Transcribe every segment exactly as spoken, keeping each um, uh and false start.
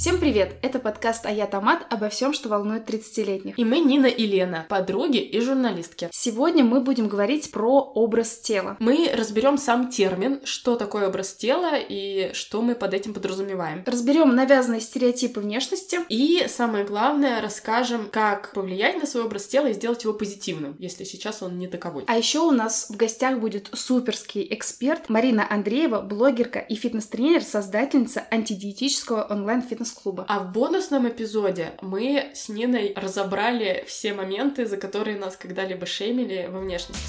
Всем привет! Это подкаст «А я Томат» обо всем, что волнует тридцатилетних. И мы Нина и Лена, подруги и журналистки. Сегодня мы будем говорить про образ тела. Мы разберем сам термин, что такое образ тела и что мы под этим подразумеваем. Разберем навязанные стереотипы внешности. И самое главное, расскажем, как повлиять на свой образ тела и сделать его позитивным, если сейчас он не таковой. А еще у нас в гостях будет суперский эксперт Марина Андреева, блогерка и фитнес-тренер, создательница антидиетического онлайн-фитнес-клуба. А в бонусном эпизоде мы с Ниной разобрали все моменты, за которые нас когда-либо шеймили во внешности.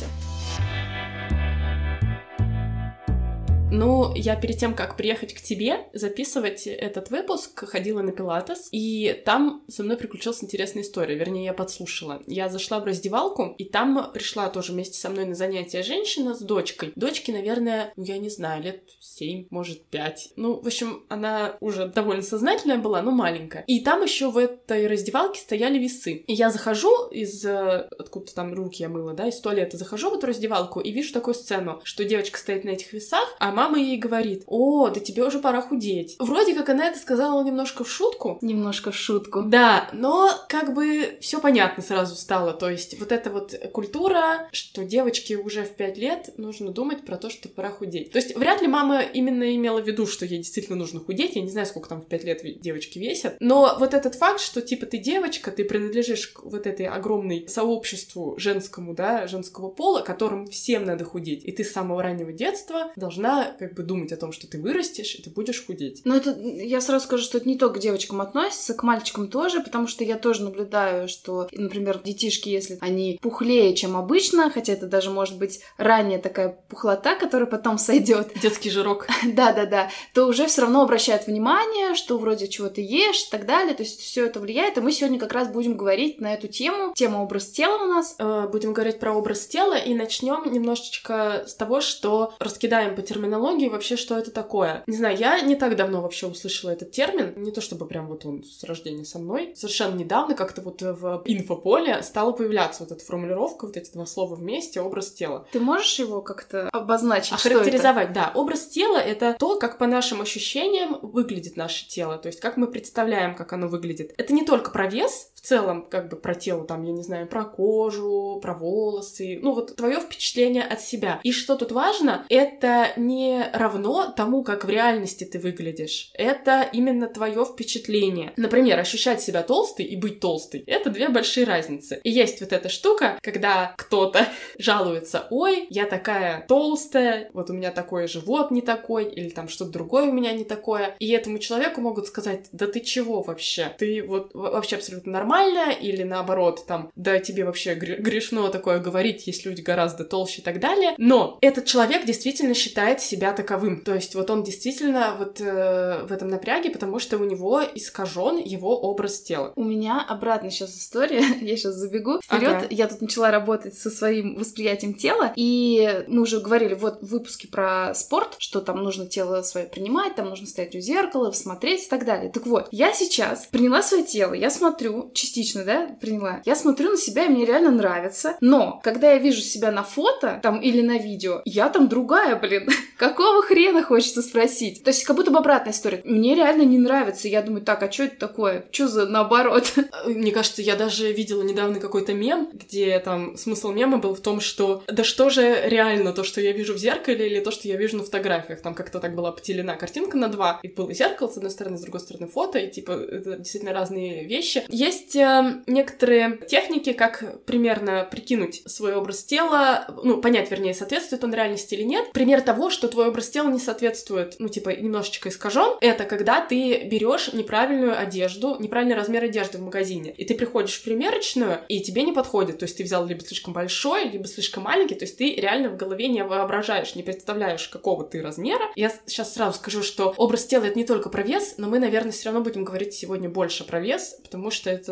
Ну, я перед тем, как приехать к тебе, записывать этот выпуск, ходила на пилатес, и там со мной приключилась интересная история, вернее, я подслушала. Я зашла в раздевалку, и там пришла тоже вместе со мной на занятия женщина с дочкой. Дочке, наверное, ну, я не знаю, лет семь, может, пять. Ну, в общем, она уже довольно сознательная была, но маленькая. И там еще в этой раздевалке стояли весы. И я захожу из... Откуда-то там руки я мыла, да, из туалета. Захожу в эту раздевалку и вижу такую сцену, что девочка стоит на этих весах, а мама ей говорит: «О, да тебе уже пора худеть». Вроде как она это сказала немножко в шутку. Немножко в шутку. Да, но как бы все понятно сразу стало. То есть вот эта вот культура, что девочке уже в пять лет нужно думать про то, что пора худеть. То есть вряд ли мама именно имела в виду, что ей действительно нужно худеть. Я не знаю, сколько там в пять лет девочки весят. Но вот этот факт, что типа ты девочка, ты принадлежишь к вот этой огромной сообществу женскому, да, женского пола, которым всем надо худеть. И ты с самого раннего детства должна как бы думать о том, что ты вырастешь, и ты будешь худеть. Но это, я сразу скажу, что это не только к девочкам относится, к мальчикам тоже, потому что я тоже наблюдаю, что, например, детишки, если они пухлее, чем обычно, хотя это даже может быть ранняя такая пухлота, которая потом сойдет. Детский жирок. Да-да-да. То уже все равно обращают внимание, что вроде чего ты ешь и так далее. То есть все это влияет, и мы сегодня как раз будем говорить на эту тему. Тема образ тела у нас. Будем говорить про образ тела, и начнем немножечко с того, что раскидаем по терминологии вообще, что это такое. Не знаю, я не так давно вообще услышала этот термин, не то чтобы прям вот он с рождения со мной. Совершенно недавно как-то вот в инфополе стала появляться вот эта формулировка, вот эти два слова вместе, образ тела. Ты можешь его как-то обозначить? Охарактеризовать, да. Образ тела — это то, как по нашим ощущениям выглядит наше тело, то есть как мы представляем, как оно выглядит. Это не только про вес, в целом, как бы про тело, там, я не знаю, про кожу, про волосы, ну вот твое впечатление от себя. И что тут важно, это не равно тому, как в реальности ты выглядишь. Это именно твое впечатление. Например, ощущать себя толстой и быть толстой — это две большие разницы. И есть вот эта штука, когда кто-то жалуется: «Ой, я такая толстая, вот у меня такой живот не такой, или там что-то другое у меня не такое». И этому человеку могут сказать: «Да ты чего вообще? Ты вот вообще абсолютно нормальная», или наоборот, там: «Да тебе вообще грешно такое говорить, есть люди гораздо толще» и так далее. Но этот человек действительно считает себя таковым. То есть вот он действительно вот э, в этом напряге, потому что у него искажен его образ тела. У меня обратно сейчас история. Я сейчас забегу вперед. Ага. Я тут начала работать со своим восприятием тела, и мы уже говорили вот в выпуске про спорт, что там нужно тело свое принимать, там нужно стоять у зеркала, смотреть и так далее. Так вот, я сейчас приняла свое тело, я смотрю, частично, да, приняла, я смотрю на себя, и мне реально нравится, но когда я вижу себя на фото там или на видео, я там другая, блин. Какого хрена, хочется спросить? То есть как будто бы обратная история. Мне реально не нравится. Я думаю: так, а что это такое? Что за наоборот? Мне кажется, я даже видела недавно какой-то мем, где там смысл мема был в том, что да что же реально, то, что я вижу в зеркале, или то, что я вижу на фотографиях. Там как-то так была поделена картинка на два. И было зеркало, с одной стороны, с другой стороны фото, и типа это действительно разные вещи. Есть э, некоторые техники, как примерно прикинуть свой образ тела, ну, понять, вернее, соответствует он реальности или нет. Пример того, что твой образ тела не соответствует, ну, типа, немножечко искажен, это когда ты берешь неправильную одежду, неправильный размер одежды в магазине, и ты приходишь в примерочную, и тебе не подходит, то есть ты взял либо слишком большой, либо слишком маленький, то есть ты реально в голове не воображаешь, не представляешь, какого ты размера. Я сейчас сразу скажу, что образ тела — это не только про вес, но мы, наверное, все равно будем говорить сегодня больше про вес, потому что это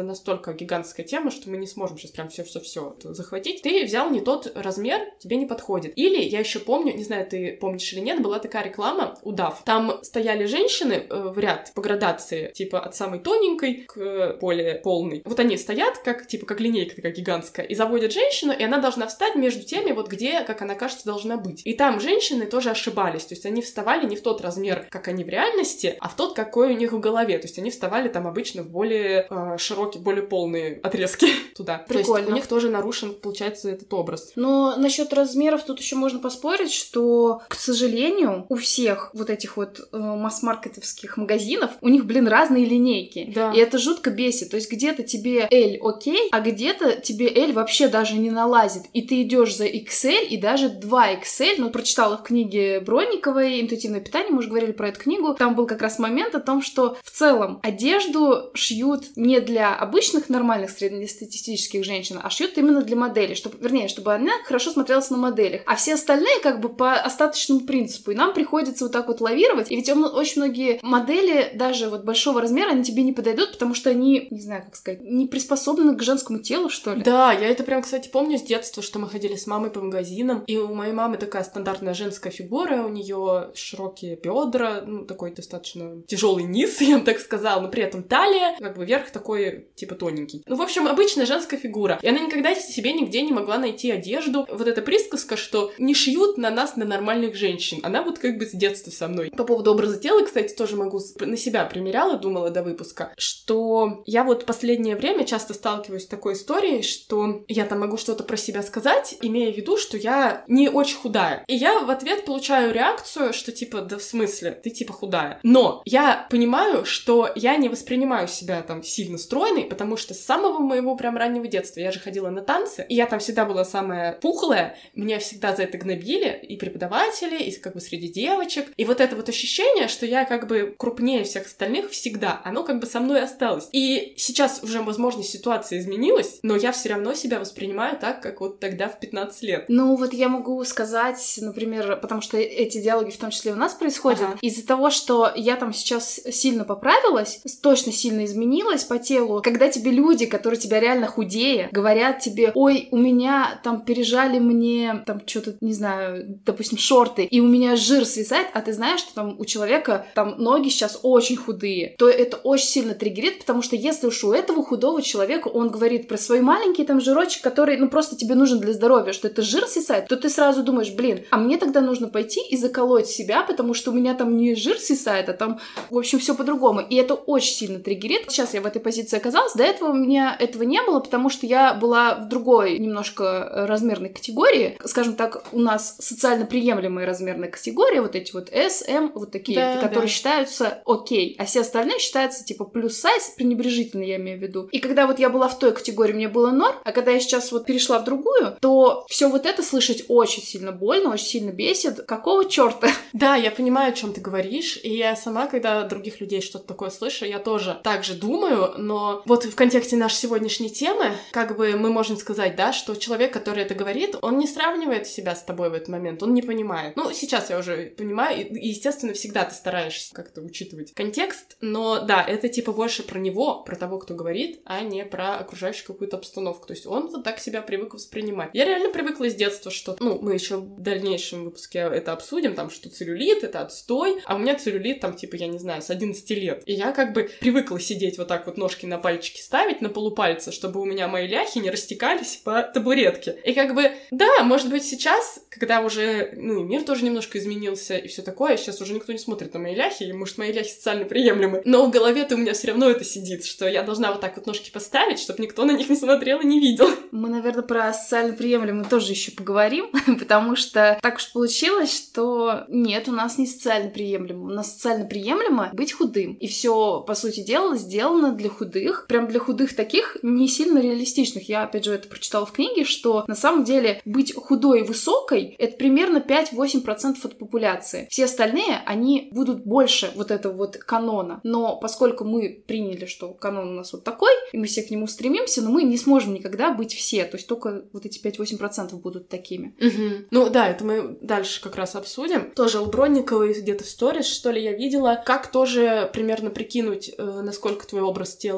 настолько гигантская тема, что мы не сможем сейчас прям все-все-все захватить. Ты взял не тот размер, тебе не подходит. Или, я еще помню, не знаю, ты помнишь или нет, была такая реклама у даф. Там стояли женщины э, в ряд по градации, типа от самой тоненькой к более полной. Вот они стоят, как, типа, как линейка такая гигантская, и заводят женщину, и она должна встать между теми, вот где, как она кажется, должна быть. И там женщины тоже ошибались, то есть они вставали не в тот размер, как они в реальности, а в тот, какой у них в голове. То есть они вставали там обычно в более э, широкие, более полные отрезки туда. Прикольно. То есть у них тоже нарушен, получается, этот образ. Но насчет размеров тут еще можно поспорить, что, к сожалению, у всех вот этих вот э, масс-маркетовских магазинов, у них, блин, разные линейки. Да. И это жутко бесит. То есть где-то тебе L окей, а где-то тебе L вообще даже не налазит. И ты идешь за икс эль и даже два икс эль. Ну, прочитала в книге Бронниковой «Интуитивное питание», мы уже говорили про эту книгу. Там был как раз момент о том, что в целом одежду шьют не для обычных нормальных среднестатистических женщин, а шьют именно для моделей, чтобы, вернее, чтобы она хорошо смотрелась на моделях. А все остальные как бы по остаточному принципу. И нам приходится вот так вот лавировать. И ведь очень многие модели, даже вот большого размера, они тебе не подойдут, потому что они, не знаю, как сказать, не приспособлены к женскому телу, что ли. Да, я это прям, кстати, помню с детства, что мы ходили с мамой по магазинам, и у моей мамы такая стандартная женская фигура, у нее широкие бедра, ну, такой достаточно тяжелый низ, я бы так сказала, но при этом талия, как бы верх такой, типа, тоненький. Ну, в общем, обычная женская фигура. И она никогда себе нигде не могла найти одежду. Вот эта присказка, что не шьют на нас, на нормальных женщин. Она вот как бы с детства со мной. По поводу образа тела, кстати, тоже могу на себя примеряла, думала до выпуска, что я вот последнее время часто сталкиваюсь с такой историей, что я там могу что-то про себя сказать, имея в виду, что я не очень худая. И я в ответ получаю реакцию, что типа, да в смысле, ты типа худая. Но я понимаю, что я не воспринимаю себя там сильно стройной, потому что с самого моего прям раннего детства я же ходила на танцы, и я там всегда была самая пухлая, меня всегда за это гнобили, и преподаватели, и как бы среди девочек. И вот это вот ощущение, что я как бы крупнее всех остальных всегда, оно как бы со мной осталось. И сейчас уже, возможно, ситуация изменилась, но я все равно себя воспринимаю так, как вот тогда в пятнадцать лет. Ну, вот я могу сказать, например, потому что эти диалоги в том числе у нас происходят, ага. Из-за того, что я там сейчас сильно поправилась, точно сильно изменилась по телу, когда тебе люди, которые тебя реально худее, говорят тебе, ой, у меня там пережали мне там что-то, не знаю, допустим, шорты, и у меня жир свисает, а ты знаешь, что там у человека там ноги сейчас очень худые, то это очень сильно триггерит, потому что если уж у этого худого человека он говорит про свой маленький там жирочек, который, ну, просто тебе нужен для здоровья, что это жир свисает, то ты сразу думаешь, блин, а мне тогда нужно пойти и заколоть себя, потому что у меня там не жир свисает, а там, в общем, все по-другому. И это очень сильно триггерит. Сейчас я в этой позиции оказалась. До этого у меня этого не было, потому что я была в другой немножко размерной категории. Скажем так, у нас социально приемлемые размерные категории, вот эти вот S, M, вот такие, да, которые да. считаются окей, а все остальные считаются типа плюс сайз, пренебрежительно я имею в виду. И когда вот я была в той категории, мне было норм, а когда я сейчас вот перешла в другую, то все вот это слышать очень сильно больно, очень сильно бесит. Какого черта? Да, я понимаю, о чем ты говоришь, и я сама, когда других людей что-то такое слышу, я тоже так же думаю, но вот в контексте нашей сегодняшней темы, как бы мы можем сказать, да, что человек, который это говорит, он не сравнивает себя с тобой в этот момент, он не понимает. Ну, сейчас я уже понимаю, и, естественно, всегда ты стараешься как-то учитывать контекст, но да, это типа больше про него, про того, кто говорит, а не про окружающую какую-то обстановку. То есть он вот так себя привык воспринимать. Я реально привыкла с детства, что, ну, мы еще в дальнейшем выпуске это обсудим, там, что целлюлит — это отстой, а у меня целлюлит, там, типа, я не знаю, с одиннадцати лет. И я как бы привыкла сидеть вот так вот, ножки на пальчики ставить, на полупальца, чтобы у меня мои ляхи не растекались по табуретке. И как бы, да, может быть, сейчас, когда уже, ну, и мир тоже немножко изменился, и все такое, сейчас уже никто не смотрит на мои ляхи, и, может, мои ляхи социально приемлемы. Но в голове-то у меня все равно это сидит, что я должна вот так вот ножки поставить, чтобы никто на них не смотрел и не видел. Мы, наверное, про социально приемлемые тоже еще поговорим, потому что так уж получилось, что нет, у нас не социально приемлемо. У нас социально приемлемо быть худым. И все, по сути дела, сделано для худых. Прям для худых таких не сильно реалистичных. Я, опять же, это прочитала в книге, что на самом деле быть худой и высокой — это примерно пять-восемь процентов от популяции. Все остальные, они будут больше вот этого вот канона. Но поскольку мы приняли, что канон у нас вот такой, и мы все к нему стремимся, но мы не сможем никогда быть все. То есть только вот эти пять-восемь процентов будут такими. Угу. Ну да, это мы дальше как раз обсудим. Тоже у Бронниковой где-то в сторис, что ли, я видела, как тоже примерно прикинуть, э, насколько твой образ тела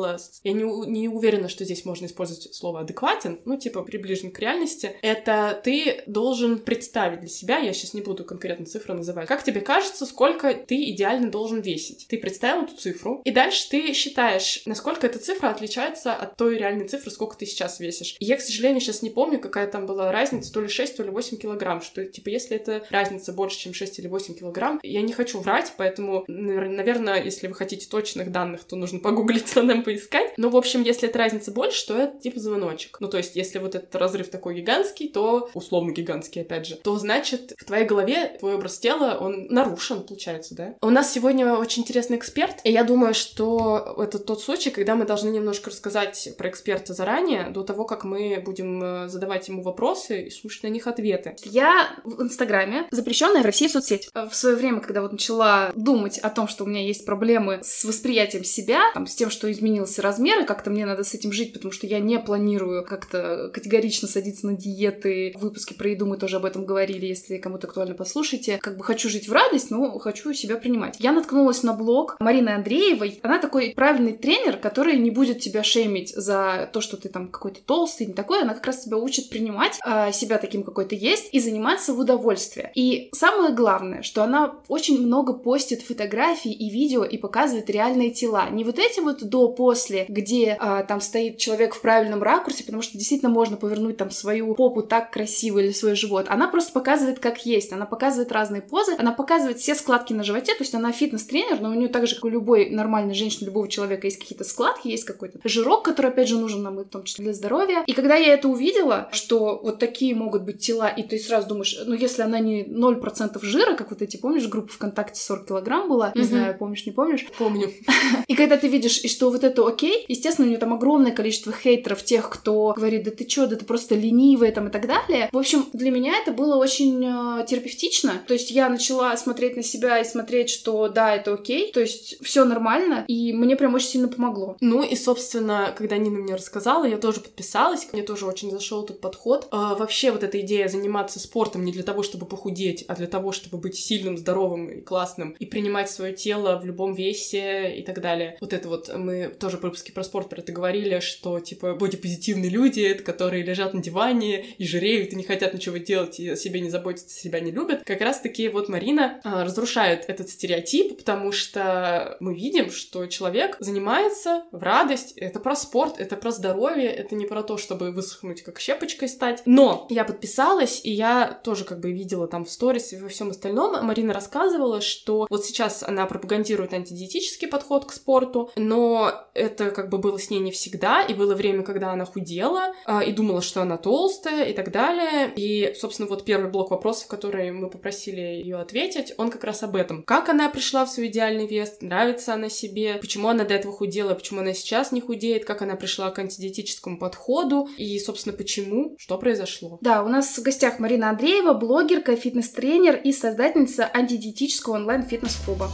я не, не уверена, что здесь можно использовать слово адекватен, ну, типа, приближен к реальности, это ты должен представить для себя, я сейчас не буду конкретно цифры называть, как тебе кажется, сколько ты идеально должен весить. Ты представил эту цифру, и дальше ты считаешь, насколько эта цифра отличается от той реальной цифры, сколько ты сейчас весишь. И я, к сожалению, сейчас не помню, какая там была разница, то ли шесть, то ли восемь килограмм, что, типа, если это разница больше, чем шесть или восемь килограмм, я не хочу врать, поэтому, наверное, если вы хотите точных данных, то нужно погуглить, нам поискать. Но, в общем, если эта разница больше, то это, типа, звоночек. Ну, то есть, если вот этот разрыв такой гигантский, то, условно гигантский, опять же, то, значит, в твоей голове твой образ тела, он нарушен, получается, да? У нас сегодня очень интересный эксперт, и я думаю, что это тот случай, когда мы должны немножко рассказать про эксперта заранее, до того, как мы будем задавать ему вопросы и слушать на них ответы. Я в Инстаграме, запрещенная в России соцсеть. В свое время, когда вот начала думать о том, что у меня есть проблемы с восприятием себя, там, с тем, что изменился размер, и как-то мне надо с этим жить, потому что я не планирую как-то категорично садиться на диеты. В выпуске про еду мы тоже об этом говорили, если кому-то актуально, послушайте. Как бы хочу жить в радость, но хочу себя принимать. Я наткнулась на блог Марины Андреевой. Она такой правильный тренер, который не будет тебя шеймить за то, что ты там какой-то толстый, не такой. Она как раз тебя учит принимать а, себя таким, какой ты есть, и заниматься в удовольствие. И самое главное, что она очень много постит фотографий и видео и показывает реальные тела. Не вот эти вот до-после, где а, там стоит человек в правильном ракурсе, потому что действительно можно повернуть там свою попу так красиво или свой живот. Она просто показывает, как есть. Она показывает разные позы, она показывает все складки на животе, то есть она фитнес-тренер, но у нее так же, как у любой нормальной женщины, любого человека, есть какие-то складки, есть какой-то жирок, который, опять же, нужен нам, в том числе для здоровья. И когда я это увидела, что вот такие могут быть тела, и ты сразу думаешь, ну, если она не ноль процентов жира, как вот эти, помнишь, группа ВКонтакте сорок килограмм была, не mm-hmm. знаю, помнишь, не помнишь? Помню. И когда ты видишь, и что вот это окей, естественно, у нее там огромное количество хейтеров, тех, кто говорит, да ты чё, да ты просто ленивая, там, и так далее. В общем, для меня это было очень э, терапевтично. То есть я начала смотреть на себя и смотреть, что да, это окей, то есть все нормально, и мне прям очень сильно помогло. Ну и, собственно, когда Нина мне рассказала, я тоже подписалась, мне тоже очень зашел этот подход. А, вообще вот эта идея заниматься спортом не для того, чтобы похудеть, а для того, чтобы быть сильным, здоровым и классным, и принимать свое тело в любом весе и так далее. Вот это вот, мы тоже в выпуске про спорт про это говорили, что, типа, бодипозитивные люди, которые лежат на диване и жиреют, и не хотят ничего делать, и о себе не заботятся, себя не любят. Как раз-таки вот Марина а, разрушает этот стереотип, потому что мы видим, что человек занимается в радость, это про спорт, это про здоровье, это не про то, чтобы высохнуть, как щепочкой стать. Но я подписалась, и я тоже как бы видела там в сторис и во всем остальном. Марина рассказывала, что вот сейчас она пропагандирует антидиетический подход к спорту, но это как бы было с ней не всегда, и было время, когда она худела, и думала, что она толстая, и так далее. И, собственно, вот первый блок вопросов, который мы попросили ее ответить, он как раз об этом. Как она пришла в свой идеальный вес, нравится она себе, почему она до этого худела, почему она сейчас не худеет, как она пришла к антидиетическому подходу, и, собственно, почему, что произошло. Да, у нас в гостях Марина Андреева, блогерка, фитнес-тренер и создательница антидиетического онлайн-фитнес-клуба.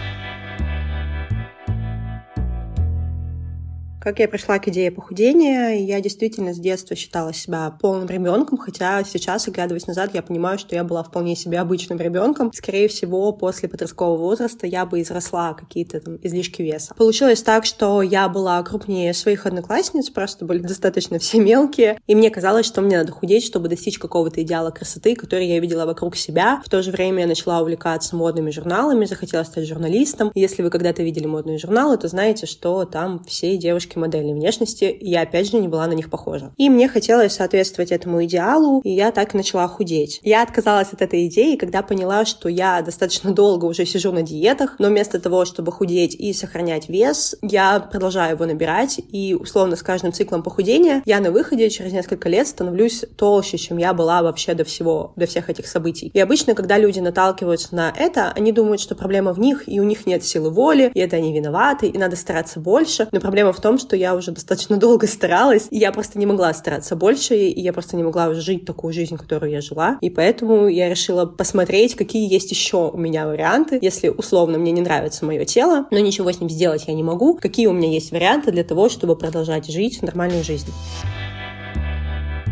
Как я пришла к идее похудения, я действительно с детства считала себя полным ребенком, хотя сейчас, оглядываясь назад, я понимаю, что я была вполне себе обычным ребенком. Скорее всего, после подросткового возраста я бы изросла какие-то там излишки веса. Получилось так, что я была крупнее своих одноклассниц, просто были достаточно все мелкие, и мне казалось, что мне надо худеть, чтобы достичь какого-то идеала красоты, который я видела вокруг себя. В то же время я начала увлекаться модными журналами, захотела стать журналистом. Если вы когда-то видели модные журналы, то знаете, что там все девушки модельной внешности, и я, опять же, не была на них похожа. И мне хотелось соответствовать этому идеалу, и я так и начала худеть. Я отказалась от этой идеи, когда поняла, что я достаточно долго уже сижу на диетах, но вместо того, чтобы худеть и сохранять вес, я продолжаю его набирать, и, условно, с каждым циклом похудения я на выходе через несколько лет становлюсь толще, чем я была вообще до всего, до всех этих событий. И обычно, когда люди наталкиваются на это, они думают, что проблема в них, и у них нет силы воли, и это они виноваты, и надо стараться больше. Но проблема в том, что я уже достаточно долго старалась, и я просто не могла стараться больше, и я просто не могла уже жить такую жизнь, которую я жила. И поэтому я решила посмотреть, какие есть еще у меня варианты, если условно мне не нравится мое тело, но ничего с ним сделать я не могу, какие у меня есть варианты для того, чтобы продолжать жить нормальную жизнь.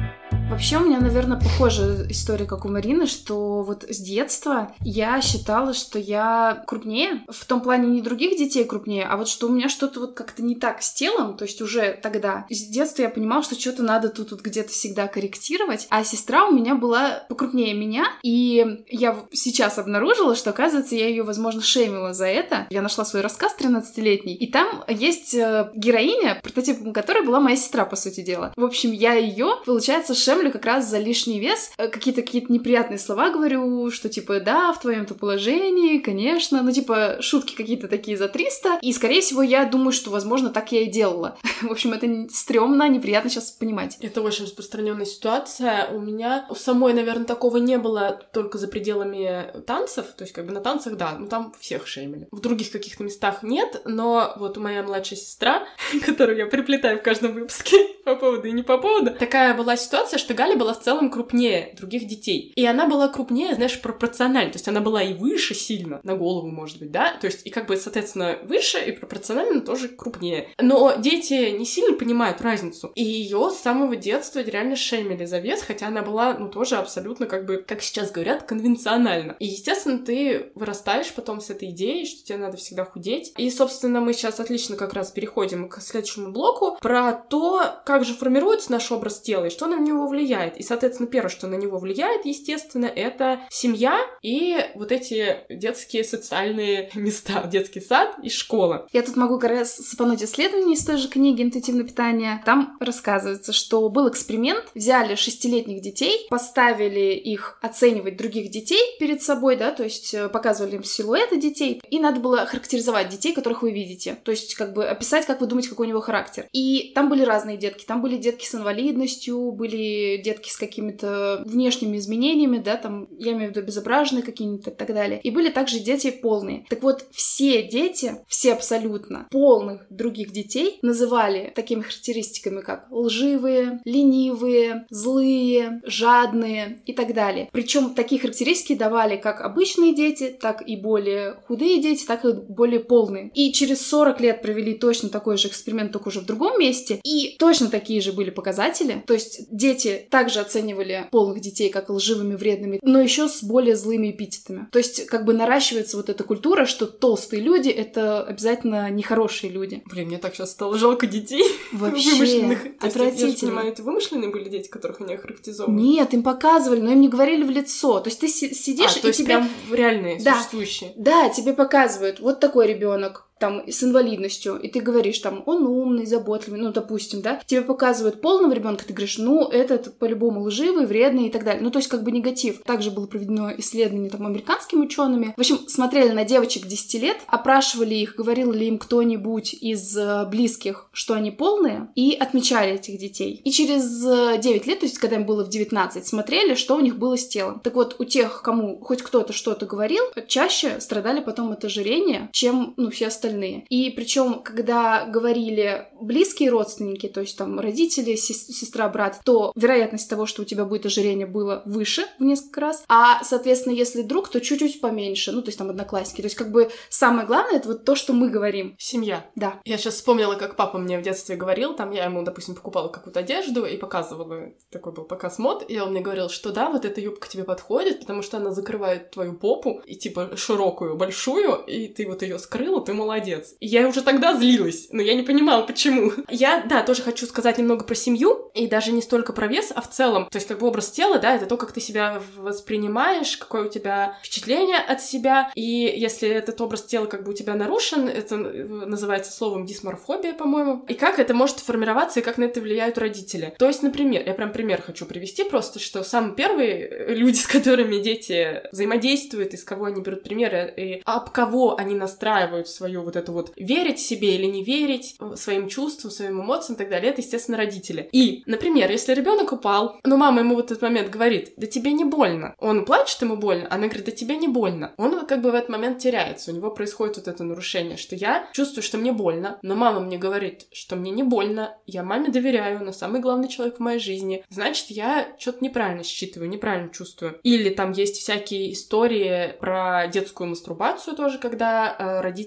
Вообще у меня, наверное, похожая история, как у Марины, что вот с детства я считала, что я крупнее. В том плане не других детей крупнее, а вот что у меня что-то вот как-то не так с телом, то есть уже тогда. С детства я понимала, что что-то надо тут вот где-то всегда корректировать, а сестра у меня была покрупнее меня, и я сейчас обнаружила, что, оказывается, я ее, возможно, шеймила за это. Я нашла свой рассказ тринадцатилетний, и там есть героиня, прототипом которой была моя сестра, по сути дела. В общем, я ее, получается, шемлю как раз за лишний вес. Какие-то какие-то неприятные слова говорю, что типа, да, в твоем-то положении, конечно. Ну, типа, шутки какие-то такие за триста. И, скорее всего, я думаю, что, возможно, так я и делала. В общем, это стрёмно, неприятно сейчас понимать. Это очень распространенная ситуация. У меня у самой, наверное, такого не было только за пределами танцев. То есть, как бы на танцах, да, ну там всех шеймили. В других каких-то местах нет, но вот моя младшая сестра, которую я приплетаю в каждом выпуске по поводу и не по поводу, такая была ситуация, что Галя была в целом крупнее других детей. И она была крупнее, знаешь, пропорционально. То есть она была и выше сильно, на голову, может быть, да? То есть и как бы, соответственно, выше и пропорционально тоже крупнее. Но дети не сильно понимают разницу. И ее с самого детства реально шеймили за вес, хотя она была, ну, тоже абсолютно, как бы, как сейчас говорят, конвенционально. И, естественно, ты вырастаешь потом с этой идеей, что тебе надо всегда худеть. И, собственно, мы сейчас отлично как раз переходим к следующему блоку про то, как же формируется наш образ тела и что на него влияет. И, соответственно, первое, что на него влияет, естественно, это семья и вот эти детские социальные места, детский сад и школа. Я тут могу как раз сыпануть исследование из той же книги «Интуитивное питание». Там рассказывается, что был эксперимент, взяли шестилетних детей, поставили их оценивать других детей перед собой, да, то есть показывали им силуэты детей, и надо было характеризовать детей, которых вы видите, то есть как бы описать, как вы думаете, какой у него характер. И там были разные детки, там были детки с инвалидностью, были детки с какими-то внешними изменениями, да, там, я имею в виду обезображенные какие-нибудь и так далее, и были также дети полные. Так вот, все дети, все абсолютно полных других детей называли такими характеристиками, как лживые, ленивые, злые, жадные и так далее. Причем такие характеристики давали как обычные дети, так и более худые дети, так и более полные. И через сорок лет провели точно такой же эксперимент, только уже в другом месте, и точно такие же были показатели. То есть дети также оценивали полных детей как лживыми, вредными, но еще с более злыми эпитетами. То есть как бы наращивается вот эта культура, что толстые люди — это обязательно нехорошие люди. Блин, мне так сейчас стало жалко детей. Вообще, вымышленных. отвратительно. Я же понимаю, это вымышленные были дети, которых они охарактеризовывали? Нет, им показывали, но им не говорили в лицо. То есть ты си- сидишь а, и то есть тебе... прям реальные, да, существующие. Да, тебе показывают, вот такой ребенок там с инвалидностью, и ты говоришь там, он умный, заботливый, ну, допустим, да, тебе показывают полного ребенка, ты говоришь, ну, этот по-любому лживый, вредный и так далее. Ну, то есть как бы негатив. Также было проведено исследование там американскими учеными. В общем, смотрели на девочек десяти лет, опрашивали их, говорил ли им кто-нибудь из близких, что они полные, и отмечали этих детей. И через девять лет, то есть когда им было в девятнадцать, смотрели, что у них было с телом. Так вот, у тех, кому хоть кто-то что-то говорил, чаще страдали потом от ожирения, чем, ну, все остальные. И причем, когда говорили близкие родственники, то есть там родители, сестра, брат, то вероятность того, что у тебя будет ожирение, была выше в несколько раз. А, соответственно, если друг, то чуть-чуть поменьше. Ну, то есть там одноклассники. То есть как бы самое главное — это вот то, что мы говорим. Семья. Да. Я сейчас вспомнила, как папа мне в детстве говорил, там я ему, допустим, покупала какую-то одежду и показывала, такой был показ мод, и он мне говорил, что да, вот эта юбка тебе подходит, потому что она закрывает твою попу, и типа широкую, большую, и ты вот ее скрыла, ты молодец. Молодец. И я уже тогда злилась, но я не понимала, почему. Я, да, тоже хочу сказать немного про семью, и даже не столько про вес, а в целом. То есть как бы образ тела, да, это то, как ты себя воспринимаешь, какое у тебя впечатление от себя. И если этот образ тела как бы у тебя нарушен, это называется словом дисморфобия, по-моему. И как это может формироваться, и как на это влияют родители. То есть, например, я прям пример хочу привести просто, что самые первые люди, с которыми дети взаимодействуют, из кого они берут примеры, и об кого они настраивают свою вот это вот верить себе или не верить своим чувствам, своим эмоциям и так далее, это, естественно, родители. И, например, если ребенок упал, но мама ему в этот момент говорит, да тебе не больно. Он плачет, ему больно, она говорит, да тебе не больно. Он как бы в этот момент теряется, у него происходит вот это нарушение, что я чувствую, что мне больно, но мама мне говорит, что мне не больно, я маме доверяю, она самый главный человек в моей жизни, значит, я что-то неправильно считываю, неправильно чувствую. Или там есть всякие истории про детскую мастурбацию тоже, когда э, родители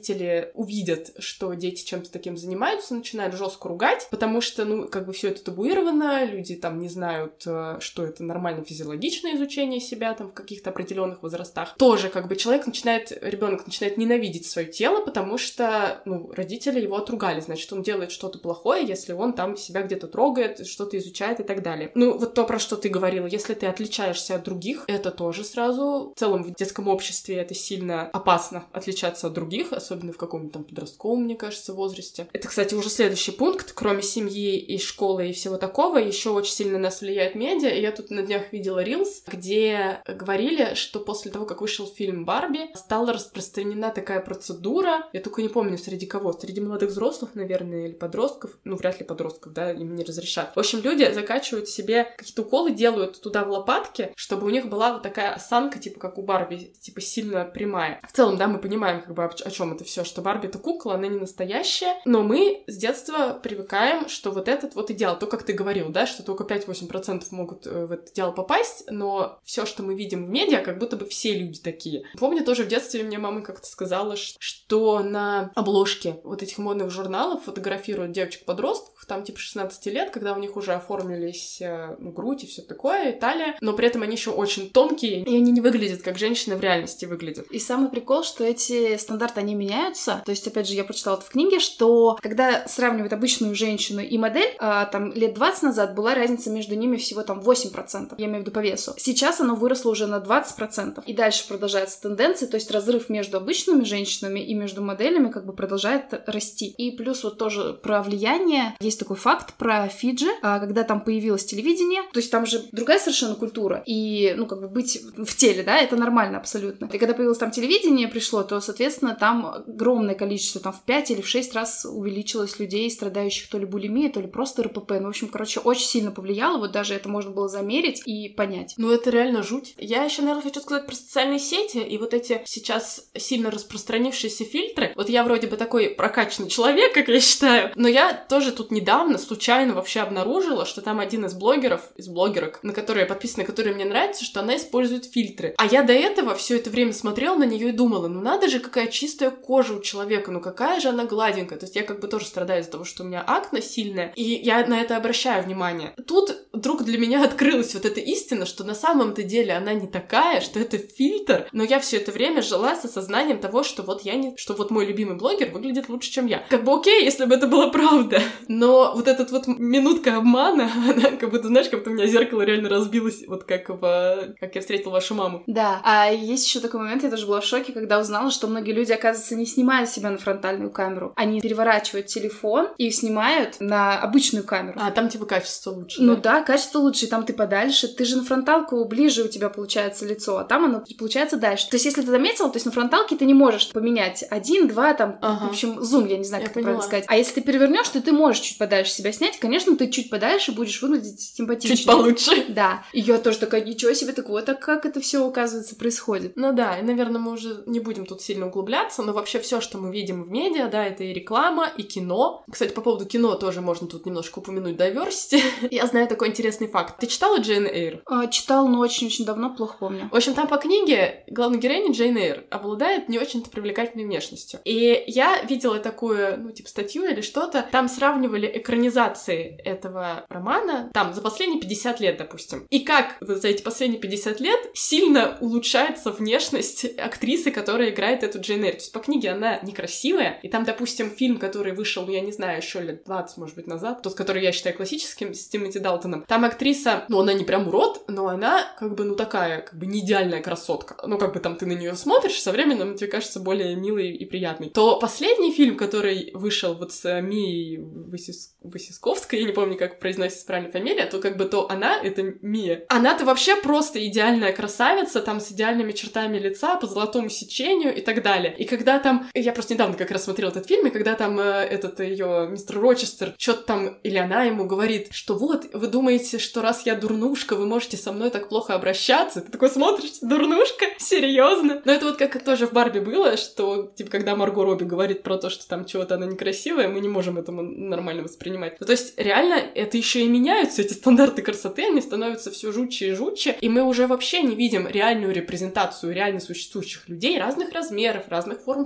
родители увидят, что дети чем-то таким занимаются, начинают жестко ругать, потому что, ну, как бы все это табуировано, люди там не знают, что это нормально физиологичное изучение себя там в каких-то определенных возрастах. Тоже как бы человек начинает, ребенок начинает ненавидеть свое тело, потому что, ну, родители его отругали, значит, он делает что-то плохое, если он там себя где-то трогает, что-то изучает и так далее. Ну, вот то, про что ты говорила, если ты отличаешься от других, это тоже сразу, в целом в детском обществе это сильно опасно отличаться от других, особенно в каком-то там подростковом, мне кажется, возрасте. Это, кстати, уже следующий пункт, кроме семьи и школы и всего такого, еще очень сильно нас влияет медиа, и я тут на днях видела рилс, где говорили, что после того, как вышел фильм «Барби», стала распространена такая процедура, я только не помню, среди кого, среди молодых взрослых, наверное, или подростков, ну, вряд ли подростков, да, им не разрешат. В общем, люди закачивают себе какие-то уколы, делают туда в лопатки, чтобы у них была вот такая осанка, типа как у Барби, типа сильно прямая. В целом, да, мы понимаем, как бы, о, о чем это все, что Барби — это кукла, она не настоящая, но мы с детства привыкаем, что вот этот вот идеал, то, как ты говорил, да, что только пять-восемь процентов могут в этот идеал попасть, но все, что мы видим в медиа, как будто бы все люди такие. Помню, тоже в детстве мне мама как-то сказала, что на обложке вот этих модных журналов фотографируют девочек-подростков, там типа шестнадцати лет, когда у них уже оформились ну, грудь и все такое, и талия, но при этом они еще очень тонкие, и они не выглядят, как женщины в реальности выглядят. И самый прикол, что эти стандарты, они меняются. То есть, опять же, я прочитала это в книге, что когда сравнивают обычную женщину и модель, а, там лет двадцать назад была разница между ними всего там восемь процентов, я имею в виду по весу. Сейчас оно выросло уже на двадцать процентов. И дальше продолжается тенденция, то есть разрыв между обычными женщинами и между моделями как бы продолжает расти. И плюс вот тоже про влияние. Есть такой факт про Фиджи, а, когда там появилось телевидение, то есть там же другая совершенно культура. И, ну, как бы быть в теле, да, это нормально абсолютно. И когда появилось там телевидение, пришло, то, соответственно, там огромное количество, там в пять или в шесть раз увеличилось людей, страдающих то ли булимией, то ли просто РПП. Ну, в общем, короче, очень сильно повлияло, вот даже это можно было замерить и понять. Ну, это реально жуть. Я еще, наверное, хочу сказать про социальные сети и вот эти сейчас сильно распространившиеся фильтры. Вот я вроде бы такой прокачанный человек, как я считаю, но я тоже тут недавно случайно вообще обнаружила, что там один из блогеров, из блогерок, на которые я подписана, которые мне нравятся, что она использует фильтры. А я до этого все это время смотрела на нее и думала, ну надо же, какая чистая кожа у человека, ну какая же она гладенькая. То есть я как бы тоже страдаю из-за того, что у меня акне сильное, и я на это обращаю внимание. Тут вдруг для меня открылась вот эта истина, что на самом-то деле она не такая, что это фильтр, но я все это время жила с осознанием того, что вот я не... что вот мой любимый блогер выглядит лучше, чем я. Как бы окей, если бы это была правда, но вот этот вот минутка обмана, она как будто, знаешь, как будто у меня зеркало реально разбилось, вот как в... как я встретила вашу маму. Да, а есть еще такой момент, я тоже была в шоке, когда узнала, что многие люди, оказывается, не снимают себя на фронтальную камеру. Они переворачивают телефон и снимают на обычную камеру. А там типа качество лучше, Ну да? да, качество лучше, и там ты подальше. Ты же на фронталку ближе у тебя получается лицо, а там оно получается дальше. То есть, если ты заметила, то есть на фронталке ты не можешь поменять один, два, там, ага. в общем, зум, я не знаю, я как это поняла. правильно сказать. А если ты перевернешь, то ты можешь чуть подальше себя снять. Конечно, ты чуть подальше будешь выглядеть симпатичнее. Чуть получше. Да. И я тоже такая, ничего себе, так вот, а как это все оказывается происходит? Ну да, и, наверное, мы уже не будем тут сильно углубляться, но вообще все, что мы видим в медиа, да, это и реклама, и кино. Кстати, по поводу кино тоже можно тут немножко упомянуть diversity. Я знаю такой интересный факт. Ты читала Джейн Эйр? А, читал, но очень-очень давно, плохо помню. В общем, там по книге главная героиня Джейн Эйр обладает не очень-то привлекательной внешностью. И я видела такую, ну, типа, статью или что-то. Там сравнивали экранизации этого романа, там, за последние пятьдесят лет, допустим. И как вот за эти последние пятьдесят лет сильно улучшается внешность актрисы, которая играет эту Джейн Эйр. То есть по книге она некрасивая. И там, допустим, фильм, который вышел, ну, я не знаю, еще лет двадцать, может быть, назад, тот, который я считаю классическим, с Тимоти Далтоном. Там актриса, ну, она не прям урод, но она, как бы, ну, такая, как бы, не идеальная красотка. Ну, как бы, там, ты на нее смотришь, со временем тебе кажется более милой и приятной. То последний фильм, который вышел вот с Мией Васис... Васисковской, я не помню, как произносится правильная фамилия, то, как бы, то она, это Мия, она-то вообще просто идеальная красавица, там, с идеальными чертами лица, по золотому сечению и так далее. И когда там... Я просто недавно как раз смотрела этот фильм, и когда там э, этот ее мистер Рочестер что-то там, или она ему говорит, что вот, вы думаете, что раз я дурнушка, вы можете со мной так плохо обращаться? Ты такой смотришь, дурнушка? Серьезно? Но это вот как тоже в Барби было, что, типа, когда Марго Робби говорит про то, что там чего-то она некрасивая, мы не можем этому нормально воспринимать. Ну, то есть, реально, это еще и меняются, эти стандарты красоты, они становятся все жутче и жутче, и мы уже вообще не видим реальную репрезентацию реально существующих людей разных размеров, разных форм фигур.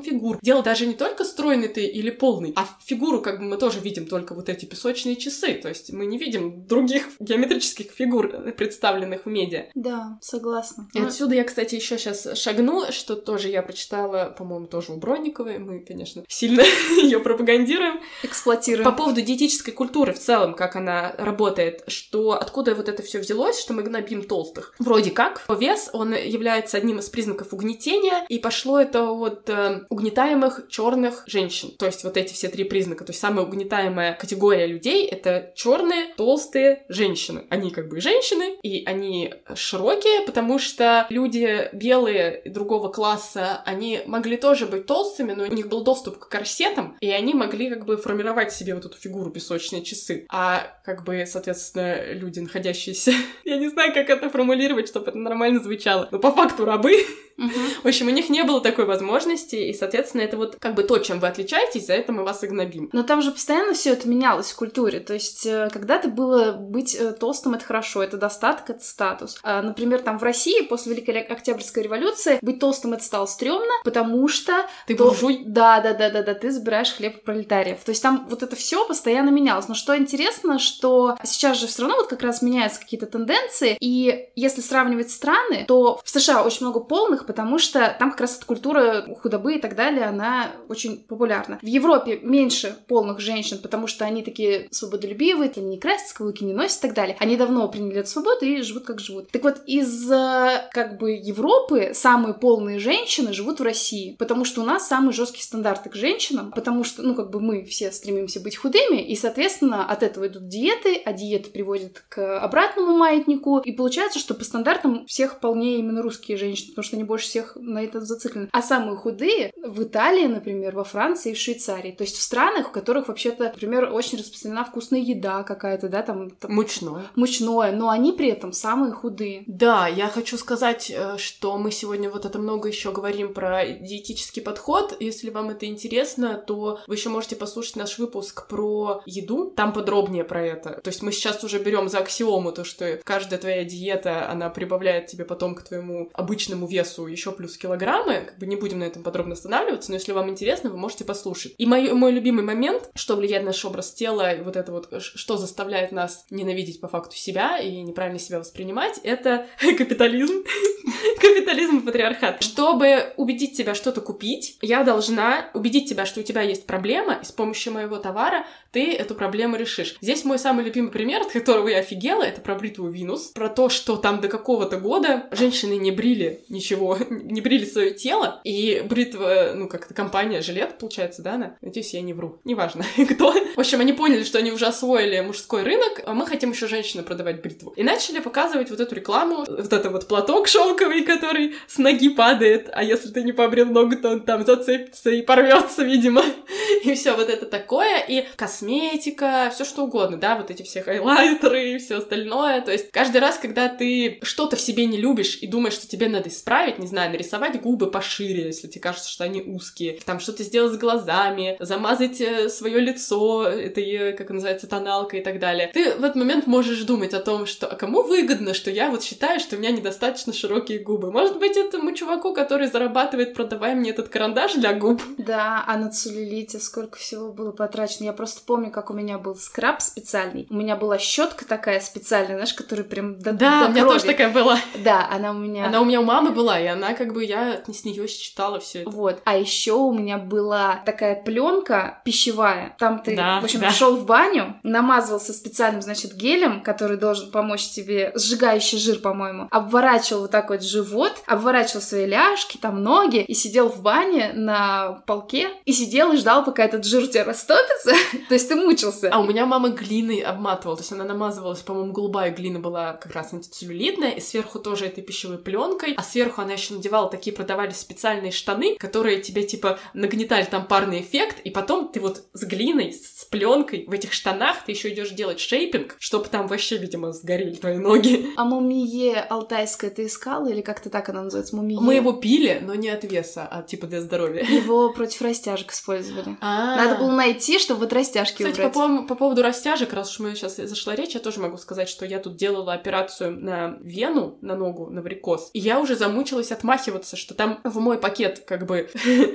дело даже не только стройный ты или полный, а фигуру как бы мы тоже видим только вот эти песочные часы, то есть мы не видим других геометрических фигур, представленных в медиа. Да, согласна. И отсюда я, кстати, еще сейчас шагну, что тоже я прочитала, по-моему, тоже у Бронниковой, мы, конечно, сильно ее пропагандируем. Эксплуатируем. По поводу диетической культуры в целом, как она работает, что откуда вот это все взялось, что мы гнобим толстых. Вроде как, вес, он является одним из признаков угнетения, и пошло это от э, угнетаемых черных женщин. То есть вот эти все три признака. То есть самая угнетаемая категория людей — это черные, толстые женщины. Они как бы женщины, и они широкие, потому что люди белые другого класса, они могли тоже быть толстыми, но у них был доступ к корсетам, и они могли как бы формировать себе вот эту фигуру песочные часы. А как бы, соответственно, люди, находящиеся... Я не знаю, как это формулировать, чтобы это нормально звучало. Но по факту рабы. Uh-huh. В общем, у них не было такой возможности, и, соответственно, это вот как бы то, чем вы отличаетесь, за это мы вас и гнобим. Но там же постоянно все это менялось в культуре. То есть когда-то было быть толстым — это хорошо, это достаток, это статус. А, например, там в России после Великой Октябрьской революции быть толстым — это стало стрёмно, потому что... Ты то... буржуй? Да-да-да-да-да, ты забираешь хлеб пролетариев. То есть там вот это все постоянно менялось. Но что интересно, что сейчас же все равно вот как раз меняются какие-то тенденции, и если сравнивать страны, то в США очень много полных, потому что там как раз эта культура худобы и так далее, она очень популярна. В Европе меньше полных женщин, потому что они такие свободолюбивые, они не красят, каблуки не носят и так далее. Они давно приняли эту свободу и живут как живут. Так вот, из как бы Европы самые полные женщины живут в России, потому что у нас самые жесткие стандарты к женщинам, потому что, ну, как бы мы все стремимся быть худыми, и, соответственно, от этого идут диеты, а диеты приводят к обратному маятнику, и получается, что по стандартам всех полнее именно русские женщины, потому что они больше всех на это зациклены. А самые худые в Италии, например, во Франции и в Швейцарии. То есть в странах, в которых вообще-то, например, очень распространена вкусная еда какая-то, да, там... там мучное. Мучное, но они при этом самые худые. Да, я хочу сказать, что мы сегодня вот это много еще говорим про диетический подход. Если вам это интересно, то вы еще можете послушать наш выпуск про еду. Там подробнее про это. То есть мы сейчас уже берем за аксиому то, что каждая твоя диета, она прибавляет тебе потом к твоему обычному весу еще плюс килограммы. Как бы не будем на этом подробно останавливаться, но если вам интересно, вы можете послушать. И мой, мой любимый момент, что влияет на наш образ тела, и вот это вот, что заставляет нас ненавидеть по факту себя и неправильно себя воспринимать, это капитализм. Капитализм и патриархат. Чтобы убедить тебя что-то купить, я должна убедить тебя, что у тебя есть проблема, и с помощью моего товара ты эту проблему решишь. Здесь мой самый любимый пример, от которого я офигела, это про бритву Винус, про то, что там до какого-то года женщины не брили ничего, не брили свое тело, и бритва, ну, как-то компания Жилет, получается, да, она? Надеюсь, я не вру. Неважно, кто. В общем, они поняли, что они уже освоили мужской рынок, а мы хотим еще женщинам продавать бритву. И начали показывать вот эту рекламу, вот это вот платок шелковый, который с ноги падает, а если ты не побрил ногу, то он там зацепится и порвется, видимо. И все вот это такое, и косметика, все что угодно, да, вот эти все хайлайтеры и все остальное. То есть каждый раз, когда ты что-то в себе не любишь и думаешь, что тебе надо исправить, не знаю, нарисовать губы пошире, если тебе кажется, что они узкие, там что-то сделать с глазами, замазать свое лицо этой, как называется, тоналкой и так далее, ты в этот момент можешь думать о том, что а кому выгодно, что я вот считаю, что у меня недостаточно широкие губы. Может быть, этому чуваку, который зарабатывает, продавая мне этот карандаш для губ. Да, а на целлюлите сколько всего было потрачено. Я просто помню, как у меня был скраб специальный. У меня была щетка такая специальная, знаешь, которая прям до, да, до у меня крови. Тоже такая была. Да, она у меня... Она у меня у мамы была, и она как бы, я с нее считала все это. Вот. А еще у меня была такая пленка пищевая. Там ты, да, в общем, да. шел в баню, намазывался специальным, значит, гелем, который должен помочь тебе, сжигающий жир, по-моему, обворачивал вот так вот живот, обворачивал свои ляжки, там ноги, и сидел в бане на полке, и сидел и ждал, пока этот жир у тебя растопится. То есть ты мучился. А у меня мама глиной обматывала, то есть она намазывалась, по-моему, голубая глина была как раз антицеллюлитная, и сверху тоже этой пищевой пленкой, а сверху она еще надевала такие, продавались специальные штаны, которые тебе типа нагнетали там парный эффект, и потом ты вот с глиной, с пленкой в этих штанах ты еще идешь делать шейпинг, чтобы там вообще, видимо, сгорели твои ноги. А мумие алтайское ты искала, или как-то так она называется? Мумие? Мы его пили, но не от веса, а типа для здоровья. Его против растяжек использовали. А-а-а. Надо было найти, чтобы вот растяжки убрать. убрать. Кстати, по, по поводу растяжек, раз уж мы сейчас зашла речь, я тоже могу сказать, что я тут делала операцию на вену, на ногу, на варикоз, и я уже замучилась отмахиваться, что там в мой пакет как бы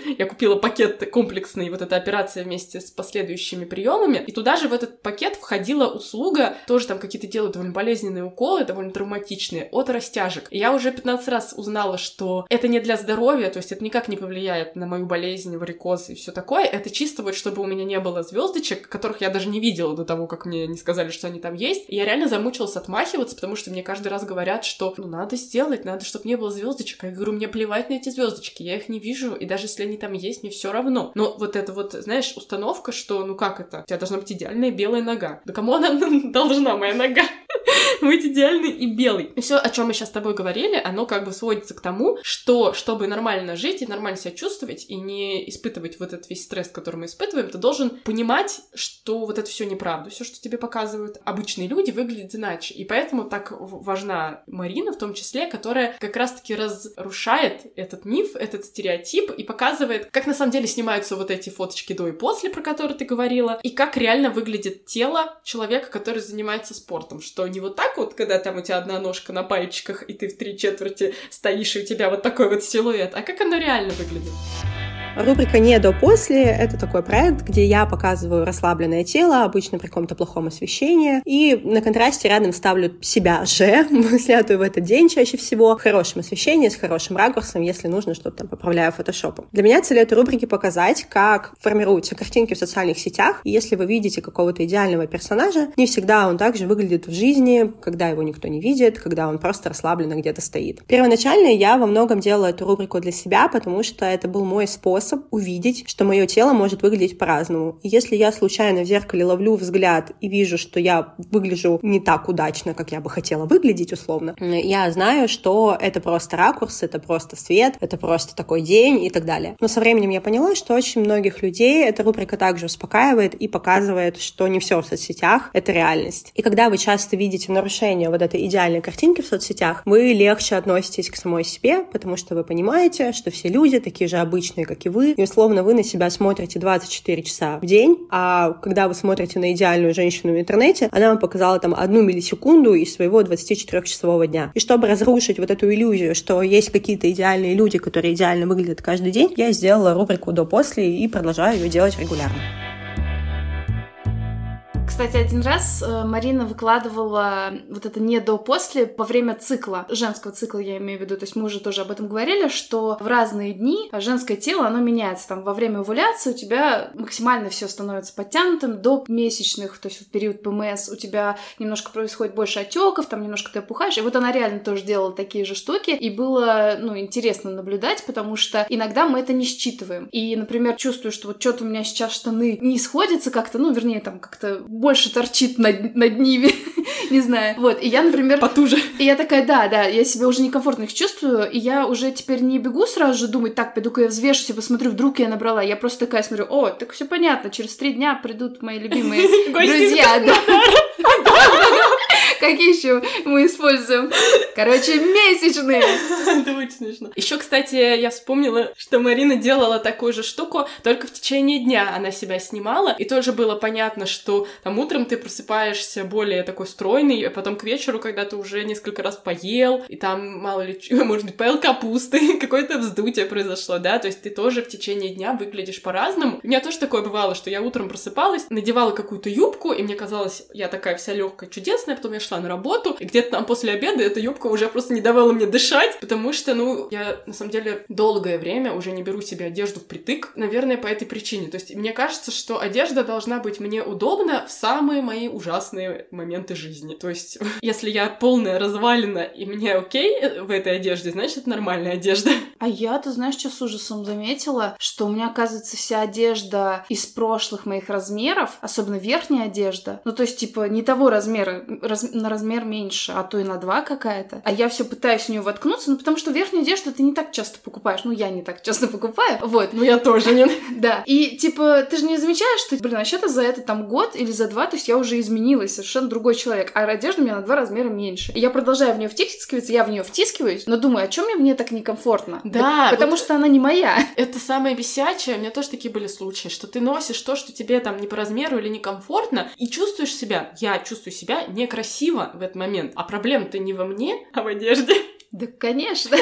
я купила пакет комплексный, вот эта операция вместе с последующими приемами, и туда же в этот пакет входила услуга, тоже там какие-то делают довольно болезненные уколы, довольно травматичные, от растяжек. И я уже пятнадцать раз узнала, что это не для здоровья, то есть это никак не повлияет на мою болезнь, варикоз и все такое, это чисто вот, чтобы у меня не было звездочек, которых я даже не видела до того, как мне не сказали, что они там есть. И я реально замучилась отмахиваться, потому что мне каждый раз говорят, что ну надо сделать, надо, чтобы не было звездочек. А я говорю, мне плевать на эти звездочки, я их не вижу, и даже если они там есть, мне все равно. Но вот это вот, знаешь, установка, что ну как это? У тебя должна быть идеальная белая нога. Да кому она должна, моя нога? Быть идеальный и белый. И все, о чем мы сейчас с тобой говорили, оно как бы сводится к тому, что чтобы нормально жить и нормально себя чувствовать и не испытывать вот этот весь стресс, который мы испытываем, ты должен понимать, что вот это все неправда, все, что тебе показывают обычные люди, выглядит иначе. И поэтому так важна Марина в том числе, которая как раз-таки разрушает этот миф, этот стереотип и показывает, как на самом деле снимаются вот эти фоточки до и после, про которые ты говорила, и как реально выглядит тело человека, который занимается спортом, что не вот так вот, когда там у тебя одна ножка на пальчиках, и ты в три четверти стоишь, и у тебя вот такой вот силуэт, а как оно реально выглядит. Рубрика «Не до после» — это такой проект, где я показываю расслабленное тело, обычно при каком-то плохом освещении, и на контрасте рядом ставлю себя же, снятую в этот день чаще всего, в хорошем освещении, с хорошим ракурсом, если нужно, что-то там поправляю фотошопом. Для меня цель этой рубрики — показать, как формируются картинки в социальных сетях, и если вы видите какого-то идеального персонажа, не всегда он также выглядит в жизни, когда его никто не видит, когда он просто расслабленно где-то стоит. Первоначально я во многом делала эту рубрику для себя, потому что это был мой способ увидеть, что мое тело может выглядеть по-разному. И если я случайно в зеркале ловлю взгляд и вижу, что я выгляжу не так удачно, как я бы хотела выглядеть, условно, я знаю, что это просто ракурс, это просто свет, это просто такой день и так далее. Но со временем я поняла, что очень многих людей эта рубрика также успокаивает и показывает, что не все в соцсетях — это реальность. И когда вы часто видите нарушение вот этой идеальной картинки в соцсетях, вы легче относитесь к самой себе, потому что вы понимаете, что все люди такие же обычные, как и вы, и условно вы на себя смотрите двадцать четыре часа в день, а когда вы смотрите на идеальную женщину в интернете, она вам показала там одну миллисекунду из своего двадцатичетырёхчасового дня. И чтобы разрушить вот эту иллюзию, что есть какие-то идеальные люди, которые идеально выглядят каждый день, я сделала рубрику «До-после» и продолжаю ее делать регулярно. Кстати, один раз Марина выкладывала вот это «не до-после» во время цикла, женского цикла я имею в виду, то есть мы уже тоже об этом говорили, что в разные дни женское тело, оно меняется, там во время овуляции у тебя максимально все становится подтянутым, до месячных, то есть в период ПМС у тебя немножко происходит больше отеков, там немножко ты опухаешь, и вот она реально тоже делала такие же штуки, и было, ну, интересно наблюдать, потому что иногда мы это не считываем, и, например, чувствую, что вот что-то у меня сейчас штаны не сходятся как-то, ну, вернее, там как-то больше торчит над, над ними, не знаю. Вот, и я, например... Потуже. И я такая, да, да, я себя уже некомфортно их чувствую, и я уже теперь не бегу сразу же думать, так, пойду-ка я взвешусь и посмотрю, вдруг я набрала. Я просто такая смотрю, о, так все понятно, через три дня придут мои любимые друзья, да. Какие еще мы используем? Короче, месячные. Это очень смешно. Еще, кстати, я вспомнила, что Марина делала такую же штуку, только в течение дня она себя снимала, и тоже было понятно, что там утром ты просыпаешься более такой стройный, а потом к вечеру, когда ты уже несколько раз поел, и там, мало ли, может быть, поел капусты, какое-то вздутие произошло, да, то есть ты тоже в течение дня выглядишь по-разному. У меня тоже такое бывало, что я утром просыпалась, надевала какую-то юбку, и мне казалось, я такая вся легкая, чудесная, потом я шла на работу, и где-то там после обеда эта юбка уже просто не давала мне дышать, потому что, ну, я, на самом деле, долгое время уже не беру себе одежду впритык, наверное, по этой причине. То есть мне кажется, что одежда должна быть мне удобна в самые мои ужасные моменты жизни. То есть, если я полная развалина, и мне окей в этой одежде, значит, это нормальная одежда. А я, ты знаешь, что с ужасом заметила? Что у меня, оказывается, вся одежда из прошлых моих размеров, особенно верхняя одежда, ну, то есть, типа, не того размера, раз, на размер меньше, а то и на два какая-то. А я все пытаюсь в нее воткнуться, ну, потому что верхнюю одежду ты не так часто покупаешь. Ну, я не так часто покупаю. Вот. Ну, я тоже нет. Да. И, типа, ты же не замечаешь, что, блин, вообще-то за это там год или за два, то есть я уже изменилась, совершенно другой человек, а одежда у меня на два размера меньше. И я продолжаю в нее втискиваться, я в нее втискиваюсь, но думаю, а чем мне мне так некомфортно? Да. Потому вот что она не моя. Это самое бесячее. У меня тоже такие были случаи, что ты носишь то, что тебе там не по размеру или некомфортно, и чувствуешь себя, я чувствую себя некрасиво в этот момент. А проблема-то не во мне, а в одежде. Да, конечно.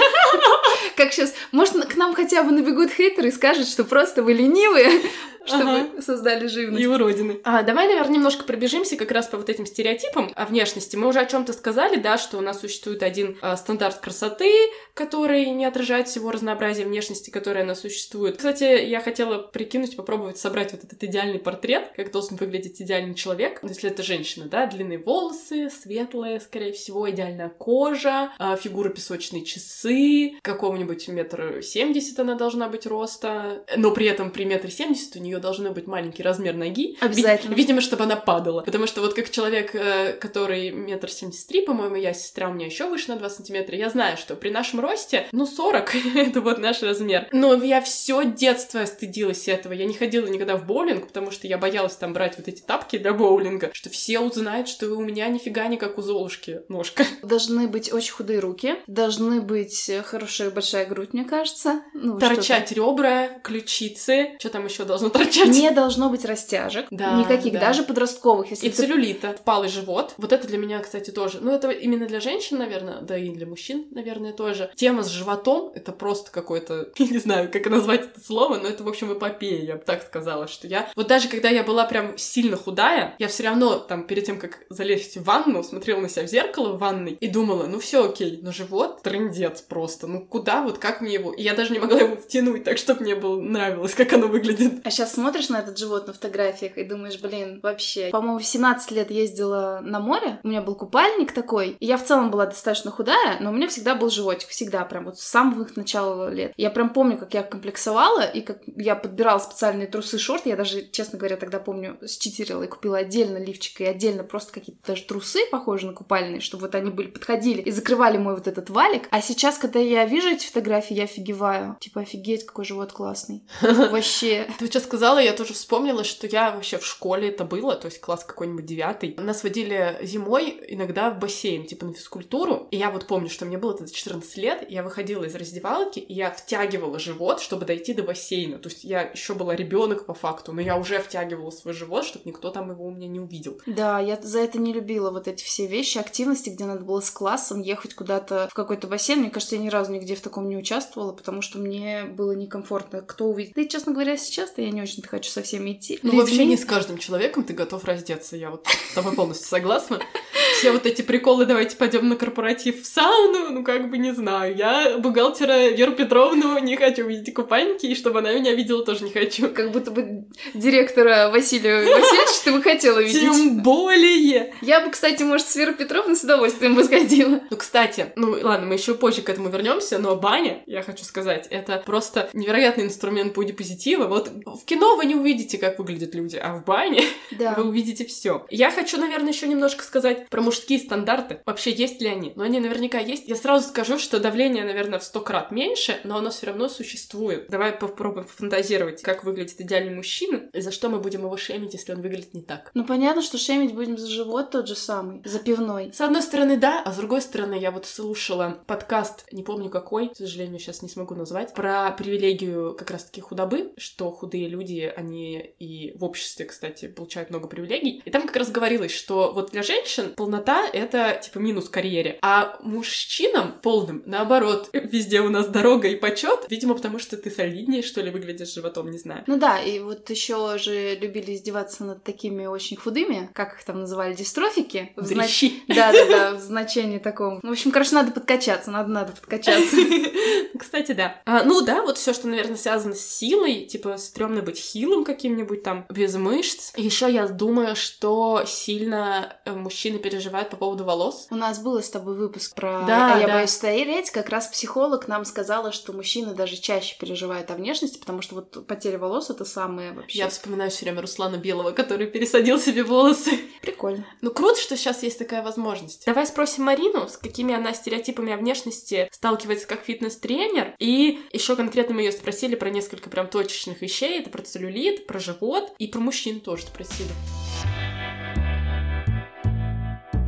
Как сейчас, может, к нам хотя бы набегут хейтеры и скажут, что просто вы ленивые, чтобы ага. создали живность. И уродины. А, давай, наверное, немножко пробежимся как раз по вот этим стереотипам о внешности. Мы уже о чем-то сказали, да, что у нас существует один а, стандарт красоты, который не отражает всего разнообразия внешности, которое у нас существует. Кстати, я хотела прикинуть, попробовать собрать вот этот идеальный портрет, как должен выглядеть идеальный человек, если это женщина, да, длинные волосы, светлые, скорее всего, идеальная кожа, а, фигура песочные часы, какого-нибудь метр семьдесят она должна быть роста, но при этом при метр семьдесят у нее должен быть маленький размер ноги. Обязательно. Вид- видимо, чтобы она падала. Потому что вот как человек, который метр семьдесят три, по-моему, я сестра, у меня еще выше на два сантиметра, я знаю, что при нашем росте, ну, сорок, это вот наш размер. Но я все детство стыдилась этого. Я не ходила никогда в боулинг, потому что я боялась там брать вот эти тапки для боулинга, что все узнают, что у меня нифига не как у Золушки ножка. Должны быть очень худые руки, должны быть хорошая большая грудь, мне кажется. Ну, торчать что-то. Ребра, ключицы, что там еще должно торчать? Не должно быть растяжек, да, никаких, да. даже подростковых. Если и ты... целлюлита, впалый живот. Вот это для меня, кстати, тоже. Ну, это именно для женщин, наверное, да и для мужчин, наверное, тоже. Тема с животом — это просто какой-то, я не знаю, как назвать это слово, но это, в общем, эпопея, я бы так сказала, что я... Вот даже когда я была прям сильно худая, я все равно там перед тем, как залезть в ванну, смотрела на себя в зеркало в ванной и думала, ну все окей, но живот трындец просто, ну куда, вот как мне его... И я даже не могла его втянуть так, чтобы мне было нравилось, как оно выглядит. А сейчас смотришь на этот живот на фотографиях и думаешь, блин, вообще... По-моему, в семнадцать лет ездила на море, у меня был купальник такой, и я в целом была достаточно худая, но у меня всегда был животик, всегда, прям вот с самого начала лет. Я прям помню, как я комплексовала, и как я подбирала специальные трусы, шорты, я даже, честно говоря, тогда помню, считерила и купила отдельно лифчик и отдельно просто какие-то даже трусы, похожие на купальные, чтобы вот они были, подходили и закрывали мой вот этот валик. А сейчас, когда я вижу эти фотографии, я офигеваю. Типа, офигеть, какой живот классный. Вообще. Ты сейчас сказала, я тоже вспомнила, что я вообще в школе это было, то есть класс какой-нибудь девятый. Нас водили зимой иногда в бассейн, типа на физкультуру. И я вот помню, что мне было тогда четырнадцать лет, я выходила из раздевалки, и я втягивала живот, чтобы дойти до бассейна. То есть я еще была ребенок по факту, но я уже втягивала свой живот, чтобы никто там его у меня не увидел. Да, я за это не любила вот эти все вещи, активности, где надо было с классом ехать куда-то в какой-то бассейн. Мне кажется, я ни разу нигде в таком не участвовала, потому что мне было некомфортно. Кто увидит? Да и, честно говоря, сейчас-то я не очень-то хочу со всеми идти. Ну, вообще не с каждым человеком ты готов раздеться. Я вот с тобой полностью согласна. Все вот эти приколы, давайте пойдем на корпоратив в сауну, ну, как бы, не знаю. Я бухгалтера Веру Петровну не хочу видеть купальники, и чтобы она меня видела, тоже не хочу. Как будто бы директора Василия Васильевича ты бы хотела видеть. Тем более! Я бы, кстати, может, с Верой Петровной с удовольствием бы сходила. Ну, кстати, ну, ладно, мы еще позже к этому вернемся, но баня, я хочу сказать, это просто невероятный инструмент бодипозитива. Вот в кино вы не увидите, как выглядят люди, а в бане да. вы увидите все. Я хочу, наверное, еще немножко сказать про мужские стандарты. Вообще, есть ли они? Но они наверняка есть. Я сразу скажу, что давление, наверное, в сто крат меньше, но оно все равно существует. Давай попробуем пофантазировать, как выглядит идеальный мужчина, и за что мы будем его шеймить, если он выглядит не так. Ну, понятно, что шеймить будем за живот тот же самый, за пивной. С одной стороны, да, а с другой стороны, я вот слушала подкаст, не помню какой, к сожалению, сейчас не смогу назвать, про привилегию как раз-таки худобы, что худые люди, они и в обществе, кстати, получают много привилегий. И там как раз говорилось, что вот для женщин полнота — это, типа, минус карьере, а мужчинам полным, наоборот, везде у нас дорога и почет, видимо, потому что ты солиднее, что ли, выглядишь животом, не знаю. Ну да, и вот еще же любили издеваться над такими очень худыми, как их там называли, дистрофики. Дрищи. Да-да-да, в значении таком. В общем, короче, надо подкачаться, надо-надо подкачаться. Кстати, да. А, ну да, вот все, что, наверное, связано с силой, типа, стрёмно быть хилым каким-нибудь там, без мышц. Еще я думаю, что сильно мужчины переживают по поводу волос. У нас был с тобой выпуск про да, «Я да. боюсь стареть». Как раз психолог нам сказала, что мужчины даже чаще переживают о внешности, потому что вот потеря волос — это самое вообще... Я вспоминаю все время Руслана Белого, который пересадил себе волосы. Прикольно. Ну, круто, что сейчас есть такая возможность. Давай спросим Марину, с какими она стереотипами о внешности сталкивается как фитнес-тренер. И еще конкретно мы ее спросили про несколько прям точечных вещей. Это про целлюлит, про живот и про мужчин тоже спросили.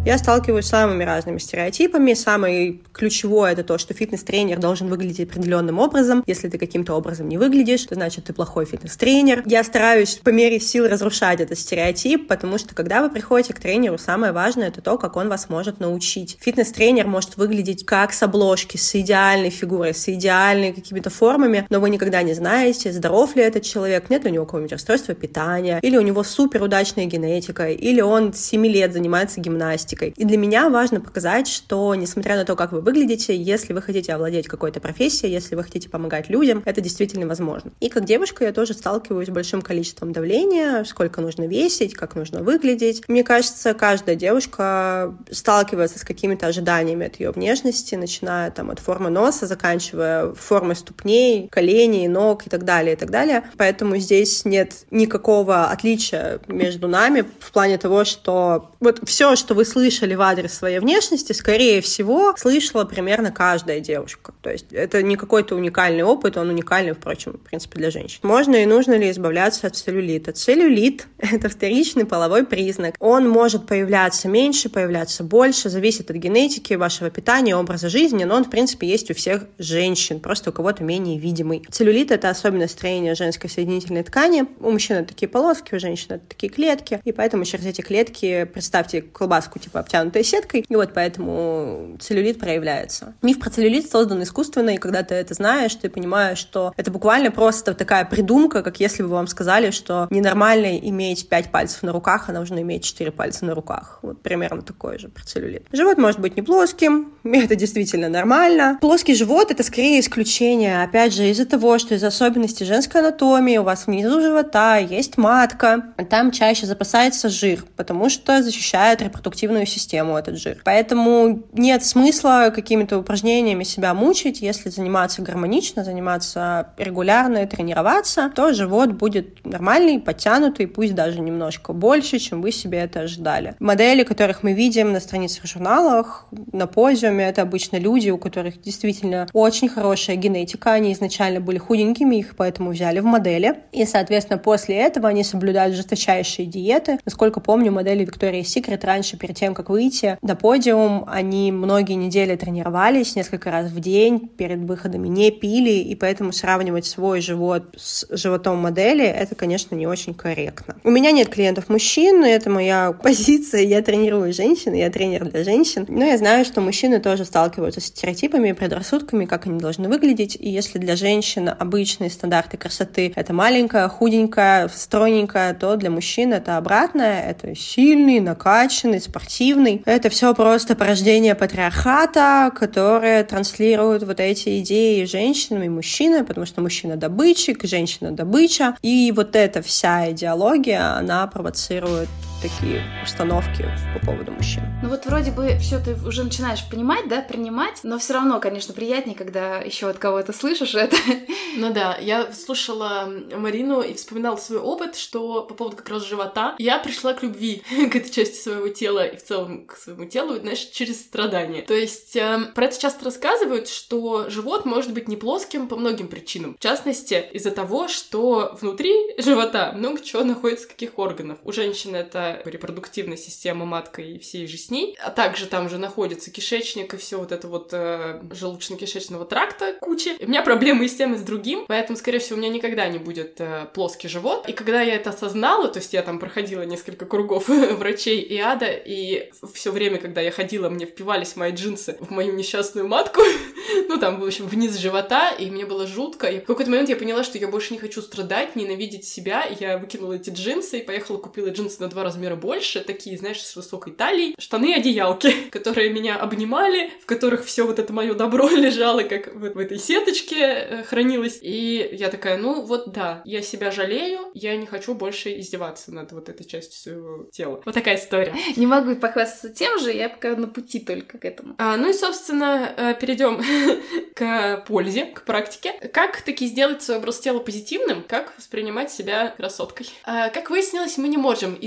Я сталкиваюсь с самыми разными стереотипами. Самый ключевой — это то, что фитнес-тренер должен выглядеть определенным образом. Если ты каким-то образом не выглядишь, то значит ты плохой фитнес-тренер. Я стараюсь по мере сил разрушать этот стереотип, потому что когда вы приходите к тренеру, самое важное — это то, как он вас может научить. Фитнес-тренер может выглядеть как с обложки, с идеальной фигурой, с идеальными какими-то формами, но вы никогда не знаете, здоров ли этот человек, нет ли у него какого-нибудь расстройства питания, или у него суперудачная генетика, или он с семи лет занимается гимнастикой. И для меня важно показать, что, несмотря на то, как вы выглядите, если вы хотите овладеть какой-то профессией, если вы хотите помогать людям, это действительно возможно. И как девушка я тоже сталкиваюсь с большим количеством давления, сколько нужно весить, как нужно выглядеть. Мне кажется, каждая девушка сталкивается с какими-то ожиданиями от ее внешности, начиная там от формы носа, заканчивая формой ступней, коленей, ног и так далее, и так далее. Поэтому здесь нет никакого отличия между нами в плане того, что вот все, что вы слышали в адрес своей внешности, скорее всего, слышала примерно каждая девушка. То есть это не какой-то уникальный опыт, он уникальный, впрочем, в принципе, для женщин. Можно и нужно ли избавляться от целлюлита? Целлюлит — это вторичный половой признак. Он может появляться меньше, появляться больше, зависит от генетики, вашего питания, образа жизни, но он, в принципе, есть у всех женщин, просто у кого-то менее видимый. Целлюлит — это особенность строения женской соединительной ткани. У мужчин это такие полоски, у женщин это такие клетки, и поэтому через эти клетки, представьте колбаску, типа обтянутая сеткой, и вот поэтому целлюлит проявляется. Миф про целлюлит создан искусственно, и когда ты это знаешь, ты понимаешь, что это буквально просто такая придумка, как если бы вам сказали, что ненормально иметь пять пальцев на руках, а нужно иметь четыре пальца на руках. Вот примерно такое же про целлюлит. Живот может быть не плоским, это действительно нормально. Плоский живот — это скорее исключение, опять же, из-за того, что из-за особенностей женской анатомии у вас внизу живота есть матка, там чаще запасается жир, потому что защищает репродуктивную систему этот жир. Поэтому нет смысла какими-то упражнениями себя мучить. Если заниматься гармонично, заниматься регулярно и тренироваться, то живот будет нормальный, подтянутый, пусть даже немножко больше, чем вы себе это ожидали. Модели, которых мы видим на страницах в журналах, на подиуме, это обычно люди, у которых действительно очень хорошая генетика. Они изначально были худенькими, их поэтому взяли в модели. И, соответственно, после этого они соблюдают жесточайшие диеты. Насколько помню, модели Victoria's Secret раньше, перед тем, как выйти на подиум, они многие недели тренировались несколько раз в день, перед выходами не пили, и поэтому сравнивать свой живот с животом модели — это, конечно, не очень корректно. У меня нет клиентов мужчин, это моя позиция, я тренирую женщин, я тренер для женщин, но я знаю, что мужчины тоже сталкиваются с стереотипами, предрассудками, как они должны выглядеть, и если для женщин обычные стандарты красоты — это маленькая, худенькая, стройненькая, то для мужчин это обратное, это сильный, накачанный, спортивный. Это все просто порождение патриархата, которое транслирует вот эти идеи женщинам и мужчинам, потому что мужчина добытчик, женщина добыча. И вот эта вся идеология, она провоцирует такие установки по поводу мужчин. Ну вот вроде бы все ты уже начинаешь понимать, да, принимать, но все равно, конечно, приятнее, когда еще от кого-то слышишь это. Ну да, я слушала Марину и вспоминала свой опыт, что по поводу как раз живота я пришла к любви к этой части своего тела и в целом к своему телу, знаешь, через страдания. То есть э, про это часто рассказывают, что живот может быть не плоским по многим причинам. В частности, из-за того, что внутри живота много чего находится, каких органов. У женщины это репродуктивная система, матка и все же с ней. А также там же находится кишечник и все вот это вот э, желудочно-кишечного тракта куча. У меня проблемы и с тем, и с другим, поэтому, скорее всего, у меня никогда не будет э, плоский живот. И когда я это осознала, то есть я там проходила несколько кругов врачей и ада, и все время, когда я ходила, мне впивались мои джинсы в мою несчастную матку, ну там, в общем, вниз живота, и мне было жутко. И в какой-то момент я поняла, что я больше не хочу страдать, ненавидеть себя, и я выкинула эти джинсы и поехала, купила джинсы на два размера больше, такие, знаешь, с высокой талией, штаны-одеялки, которые меня обнимали, в которых все вот это мое добро лежало, как вот в этой сеточке хранилось. И я такая, ну вот да, я себя жалею, я не хочу больше издеваться над вот этой частью своего тела. Вот такая история. Не могу похвастаться тем же, я пока на пути только к этому. А, ну и, собственно, перейдем к пользе, к практике. Как таки сделать свой образ тела позитивным, как воспринимать себя красоткой? А, как выяснилось, мы не можем из негатива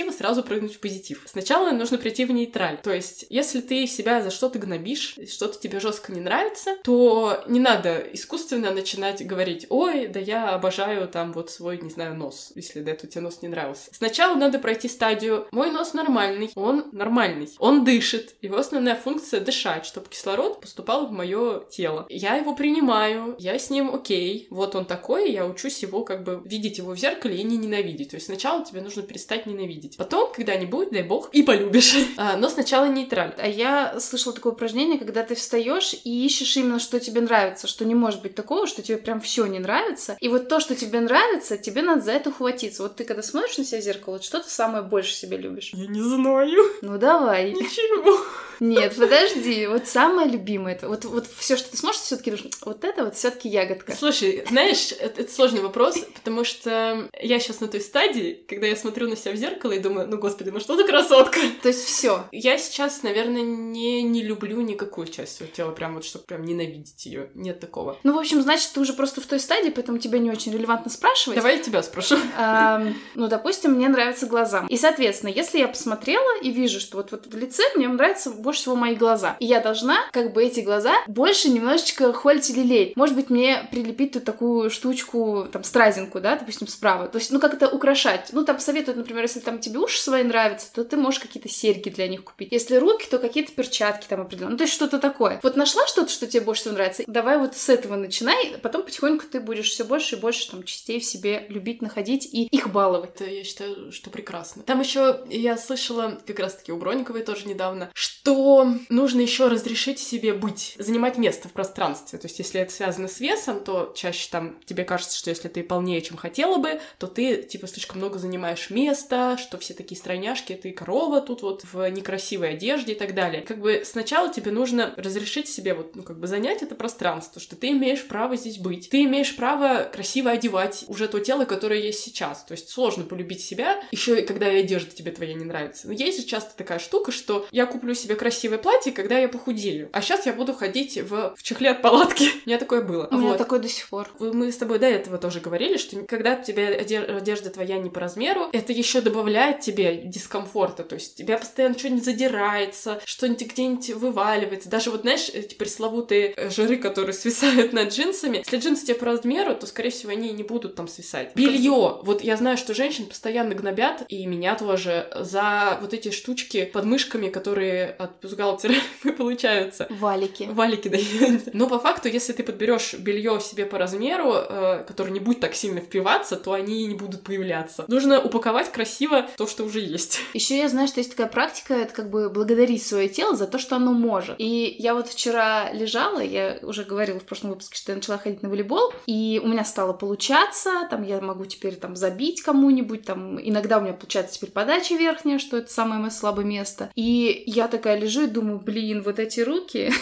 негатива сразу прыгнуть в позитив. Сначала нужно прийти в нейтраль. То есть, если ты себя за что-то гнобишь, что-то тебе жестко не нравится, то не надо искусственно начинать говорить: ой, да я обожаю там вот свой, не знаю, нос, если до этого тебе нос не нравился. Сначала надо пройти стадию: мой нос нормальный, он нормальный, он дышит, его основная функция — дышать, чтобы кислород поступал в мое тело. Я его принимаю, я с ним окей, вот он такой, я учусь его как бы видеть его в зеркале и не ненавидеть. То есть сначала тебе нужно перестать ненавидеть. Потом, когда-нибудь, дай бог, и полюбишь. А, но сначала нейтраль. А я слышала такое упражнение, когда ты встаешь и ищешь именно, что тебе нравится, что не может быть такого, что тебе прям все не нравится. И вот то, что тебе нравится, тебе надо за это ухватиться. Вот ты когда смотришь на себя в зеркало, вот что ты самое больше себе любишь? Я не знаю. Ну давай. Ничего. Нет, подожди, вот самое любимое, это вот, вот все, что ты сможешь, все-таки вот это вот все-таки ягодка. Слушай, знаешь, это, это сложный вопрос, потому что я сейчас на той стадии, когда я смотрю на себя в зеркало и думаю: ну господи, ну что за красотка? То есть все. Я сейчас, наверное, не, не люблю никакую часть своего тела, прям вот, чтобы прям ненавидеть ее. Нет такого. Ну, в общем, значит, ты уже просто в той стадии, поэтому тебя не очень релевантно спрашивать. Давай я тебя спрошу. А, ну, допустим, мне нравятся глаза. И, соответственно, если я посмотрела и вижу, что вот, вот в лице мне нравятся больше всего мои глаза, и я должна, как бы, эти глаза больше немножечко холить или лелеять. Может быть, мне прилепить тут такую штучку, там, стразинку, да, допустим, справа. То есть, ну, как это украшать. Ну, там советуют, например, если там тебе уши свои нравятся, то ты можешь какие-то серьги для них купить. Если руки, то какие-то перчатки там определенно. Ну, то есть, что-то такое. Вот нашла что-то, что тебе больше всего нравится? Давай вот с этого начинай, потом потихоньку ты будешь все больше и больше там частей в себе любить, находить и их баловать. Это, я считаю, что прекрасно. Там еще я слышала, как раз-таки у Бронниковой тоже недавно, что нужно еще разрешить себе быть, занимать место в пространстве. То есть, если это связано с весом, то чаще там тебе кажется, что если ты полнее, чем хотела бы, то ты, типа, слишком много занимаешь места, что все такие стройняшки, ты корова тут вот в некрасивой одежде и так далее. Как бы сначала тебе нужно разрешить себе вот, ну, как бы занять это пространство, что ты имеешь право здесь быть. Ты имеешь право красиво одевать уже то тело, которое есть сейчас. То есть сложно полюбить себя, еще и когда и одежда тебе твоя не нравится. Но есть же часто такая штука, что я куплю себе красивое платье, когда я похудею. А сейчас я буду ходить в, в чехле от палатки. У меня такое было. У меня вот. такое до сих пор. Мы с тобой до этого тоже говорили, что когда тебе одежда твоя не по размеру, это еще добавляет тебе дискомфорта. То есть тебя постоянно что-нибудь задирается, что-нибудь где-нибудь вываливается. Даже вот, знаешь, эти пресловутые жиры, которые свисают над джинсами. Если джинсы тебе по размеру, то, скорее всего, они не будут там свисать. Белье. Вот я знаю, что женщин постоянно гнобят, и меня тоже, за вот эти штучки под мышками, которые от бюстгальтера получаются. Валики. Валики, да. Но по факту, если ты подберешь белье себе по размеру, э, которое не будет так сильно впиваться, то они не будут появляться. Нужно упаковать красиво то, что уже есть. Еще я знаю, что есть такая практика, это как бы благодарить свое тело за то, что оно может. И я вот вчера лежала, я уже говорила в прошлом выпуске, что я начала ходить на волейбол, и у меня стало получаться, там я могу теперь там забить кому-нибудь, там иногда у меня получается теперь подача верхняя, что это самое мое слабое место. И я такая лежу и думаю: блин, вот эти руки...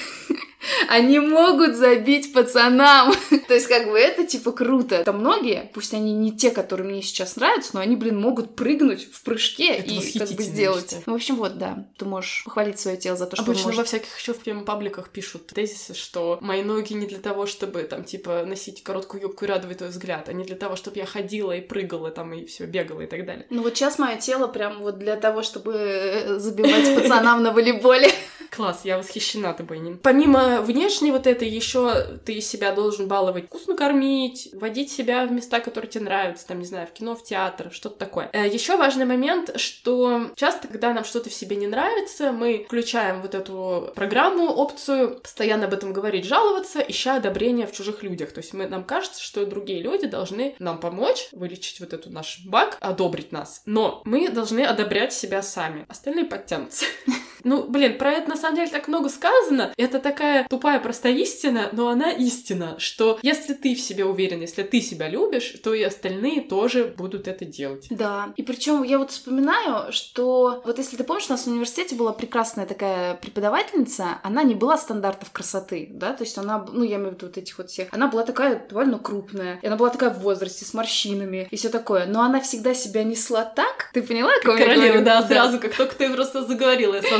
Они могут забить пацанам. То есть, как бы, это, типа, круто. Это многие, пусть они не те, которые мне сейчас нравятся, но они, блин, могут прыгнуть в прыжке это и, как бы, сделать. Ну, в общем, вот, да. Ты можешь похвалить свое тело за то, что обычно может. Во всяких еще в пабликах пишут тезисы, что мои ноги не для того, чтобы, там, типа, носить короткую юбку и радовать твой взгляд, а не для того, чтобы я ходила и прыгала, там, и все бегала и так далее. Ну, вот сейчас мое тело прям вот для того, чтобы забивать пацанам на волейболе. Класс, я восхищена тобой, Нин. Помимо внешней вот этой, еще ты себя должен баловать, вкусно кормить, водить себя в места, которые тебе нравятся, там, не знаю, в кино, в театр, что-то такое. Еще важный момент, что часто, когда нам что-то в себе не нравится, мы включаем вот эту программу, опцию, постоянно об этом говорить, жаловаться, ища одобрения в чужих людях. То есть мы, нам кажется, что другие люди должны нам помочь, вылечить вот эту наш баг, одобрить нас. Но мы должны одобрять себя сами. Остальные подтянутся. Ну, блин, про это на самом деле так много сказано. Это такая тупая простая истина, но она истина, что если ты в себе уверен, если ты себя любишь, то и остальные тоже будут это делать. Да, и причем я вот вспоминаю, что вот если ты помнишь, у нас в университете была прекрасная такая преподавательница, она не была стандартов красоты, да, то есть она, ну, я имею в виду вот этих вот всех, она была такая довольно крупная, и она была такая в возрасте, с морщинами и все такое, но она всегда себя несла так, ты поняла, о ком я говорю? Королева, да, сразу, как только ты просто заговорила, я сразу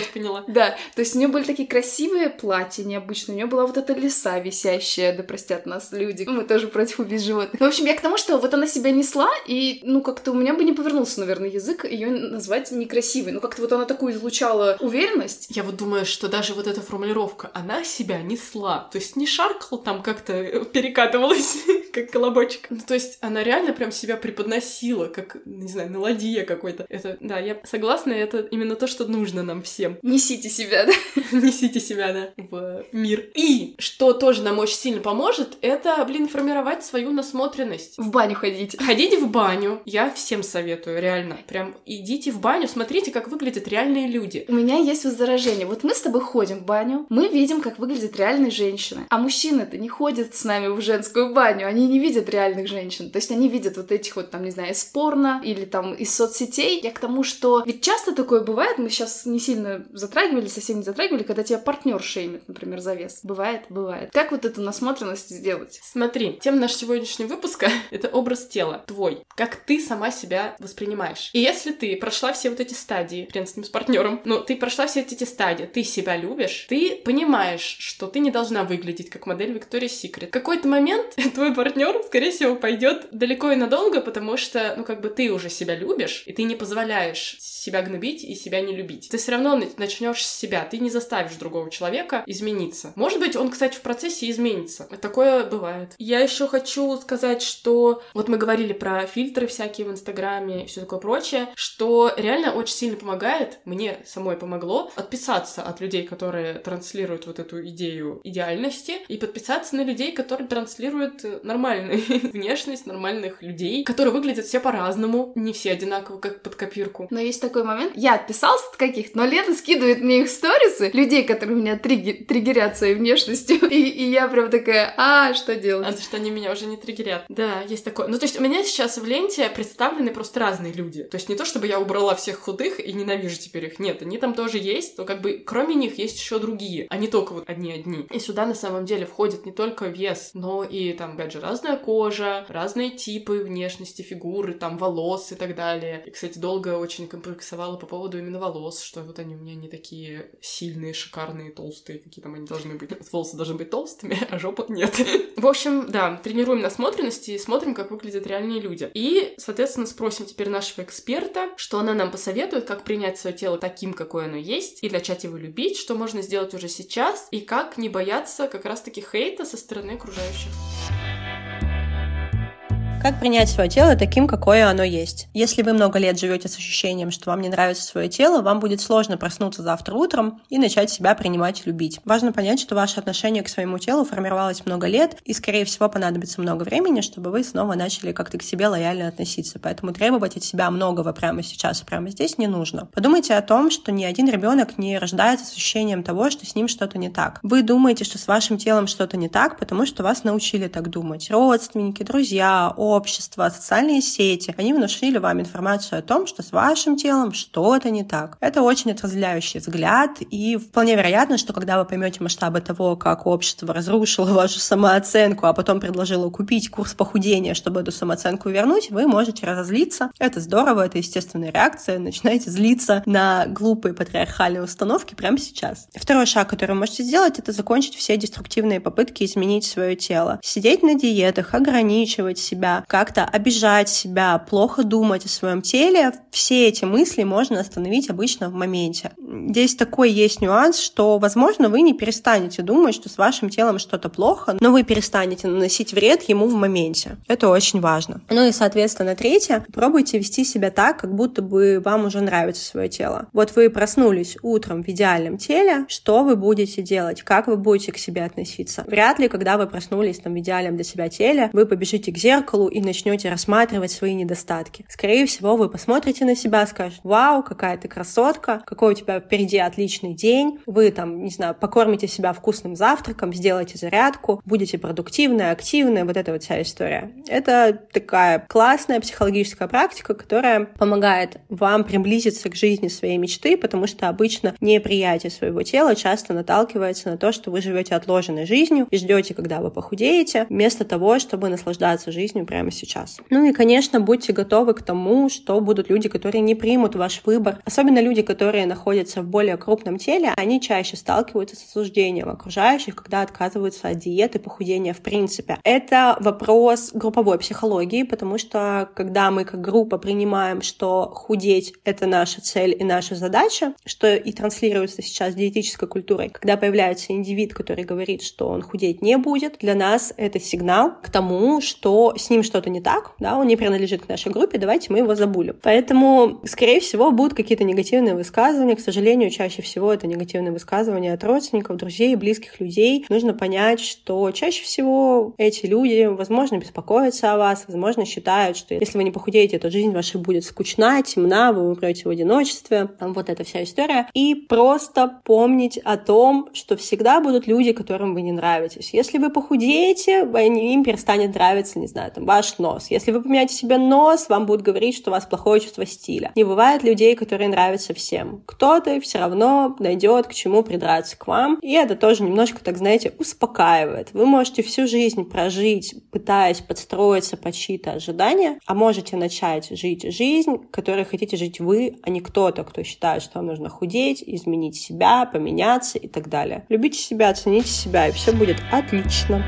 поняла. Да, то есть у нее были такие красивые платья необычные, у нее была вот эта лиса висящая, да простят нас люди, мы тоже против убийств животных. В общем, я к тому, что вот она себя несла, и, ну, как-то у меня бы не повернулся, наверное, язык ее назвать некрасивой. Ну, как-то вот она такую излучала уверенность. Я вот думаю, что даже вот эта формулировка, она себя несла, то есть не шаркала там как-то, перекатывалась, как колобочек. Ну, то есть она реально прям себя преподносила, как, не знаю, на ладье какой-то. Это, да, я согласна, это именно то, что нужно нам всем. Несите себя, да? Несите себя, да, в мир. И что тоже нам очень сильно поможет, это, блин, формировать свою насмотренность. В баню ходите. Ходите в баню. Я всем советую, реально. Прям идите в баню, смотрите, как выглядят реальные люди. У меня есть возражение. Вот мы с тобой ходим в баню, мы видим, как выглядят реальные женщины. А мужчины-то не ходят с нами в женскую баню, они не видят реальных женщин. То есть они видят вот этих вот, там, не знаю, из порно или там из соцсетей. Я к тому, что ведь часто такое бывает, мы сейчас не сильно затрагивали, совсем не затрагивали, когда тебя партнер шеймит, например, за вес. Бывает? Бывает. Как вот эту насмотренность сделать? Смотри, тема нашего сегодняшнего выпуска — это образ тела твой. Как ты сама себя воспринимаешь. И если ты прошла все вот эти стадии, хрен с ним, с партнером, ну, ты прошла все эти стадии, ты себя любишь, ты понимаешь, что ты не должна выглядеть как модель Victoria's Secret. В какой-то момент твой партнер, скорее всего, пойдет далеко и надолго, потому что, ну, как бы ты уже себя любишь, и ты не позволяешь себя гнобить и себя не любить. Ты все равно начнешь с себя, ты не заставишь другого человека измениться. Может быть, он, кстати, в процессе изменится. Такое бывает. Я еще хочу сказать, что вот мы говорили про фильтры всякие в Инстаграме и все такое прочее, что реально очень сильно помогает, мне самой помогло, отписаться от людей, которые транслируют вот эту идею идеальности, и подписаться на людей, которые транслируют нормальную внешность, нормальных людей, которые выглядят все по-разному, не все одинаково, как под копирку. Но есть такой момент, я отписалась от каких-то, но Лена скидывает мне их сторисы, людей, которые меня триггер, триггерят своей внешностью, и, и я прям такая, а, что делать? А то, что они меня уже не триггерят. Да, есть такое. Ну, то есть у меня сейчас в ленте представлены просто разные люди. То есть не то, чтобы я убрала всех худых и ненавижу теперь их. Нет, они там тоже есть, но как бы кроме них есть еще другие, а не только вот одни-одни. И сюда на самом деле входит не только вес, но и там, опять же, разная кожа, разные типы внешности, фигуры, там, волос и так далее. И, кстати, долго очень комплексовала по поводу именно волос, что вот они у меня не такие сильные, шикарные, толстые, какие там они должны быть. Волосы должны быть толстыми, а жопа нет. В общем, да, тренируем насмотренность и смотрим, как выглядят реальные люди. И, соответственно, спросим теперь нашего эксперта, что она нам посоветует, как принять свое тело таким, какое оно есть, и начать его любить, что можно сделать уже сейчас, и как не бояться как раз-таки хейта со стороны окружающих. Как принять свое тело таким, какое оно есть? Если вы много лет живете с ощущением, что вам не нравится свое тело, вам будет сложно проснуться завтра утром и начать себя принимать и любить. Важно понять, что ваше отношение к своему телу формировалось много лет, и, скорее всего, понадобится много времени, чтобы вы снова начали как-то к себе лояльно относиться. Поэтому требовать от себя многого прямо сейчас и прямо здесь не нужно. Подумайте о том, что ни один ребенок не рождается с ощущением того, что с ним что-то не так. Вы думаете, что с вашим телом что-то не так, потому что вас научили так думать. Родственники, друзья, общество, социальные сети, они внушили вам информацию о том, что с вашим телом что-то не так. Это очень отрезвляющий взгляд, и вполне вероятно, что когда вы поймете масштабы того, как общество разрушило вашу самооценку, а потом предложило купить курс похудения, чтобы эту самооценку вернуть, вы можете разозлиться. Это здорово, это естественная реакция. Начинайте злиться на глупые патриархальные установки прямо сейчас. Второй шаг, который вы можете сделать, это закончить все деструктивные попытки изменить свое тело. Сидеть на диетах, ограничивать себя, как-то обижать себя, плохо думать о своем теле, все эти мысли можно остановить обычно в моменте. Здесь такой есть нюанс, что, возможно, вы не перестанете думать, что с вашим телом что-то плохо, но вы перестанете наносить вред ему в моменте. Это очень важно. Ну и, соответственно, третье, пробуйте вести себя так, как будто бы вам уже нравится свое тело. Вот вы проснулись утром в идеальном теле, что вы будете делать, как вы будете к себе относиться? Вряд ли, когда вы проснулись там, в идеальном для себя теле, вы побежите к зеркалу и начнете рассматривать свои недостатки. Скорее всего, вы посмотрите на себя, скажете: вау, какая ты красотка, какой у тебя впереди отличный день. Вы там, не знаю, покормите себя вкусным завтраком, сделаете зарядку, будете продуктивны, активны, вот эта вот вся история. Это такая классная психологическая практика, которая помогает вам приблизиться к жизни своей мечты, потому что обычно неприятие своего тела часто наталкивается на то, что вы живете отложенной жизнью и ждете, когда вы похудеете, вместо того, чтобы наслаждаться жизнью прямо прямо сейчас. Ну и, конечно, будьте готовы к тому, что будут люди, которые не примут ваш выбор. Особенно люди, которые находятся в более крупном теле, они чаще сталкиваются с осуждением окружающих, когда отказываются от диеты, похудения в принципе. Это вопрос групповой психологии, потому что когда мы как группа принимаем, что худеть — это наша цель и наша задача, что и транслируется сейчас диетической культурой, когда появляется индивид, который говорит, что он худеть не будет, для нас это сигнал к тому, что с ним что-то не так, да, он не принадлежит к нашей группе, давайте мы его забудем. Поэтому, скорее всего, будут какие-то негативные высказывания. К сожалению, чаще всего это негативные высказывания от родственников, друзей, близких людей. Нужно понять, что чаще всего эти люди, возможно, беспокоятся о вас, возможно, считают, что если вы не похудеете, то жизнь ваша будет скучна, темна, вы умрете в одиночестве. Вот эта вся история. И просто помнить о том, что всегда будут люди, которым вы не нравитесь. Если вы похудеете, им перестанет нравиться, не знаю, там, ваш нос. Если вы поменяете себе нос, вам будут говорить, что у вас плохое чувство стиля. Не бывает людей, которые нравятся всем. Кто-то все равно найдет к чему придраться к вам. И это тоже немножко, так знаете, успокаивает. Вы можете всю жизнь прожить, пытаясь подстроиться под чьи-то ожидания, а можете начать жить жизнь, которой хотите жить вы, а не кто-то, кто считает, что вам нужно худеть, изменить себя, поменяться и так далее. Любите себя, цените себя, и все будет отлично.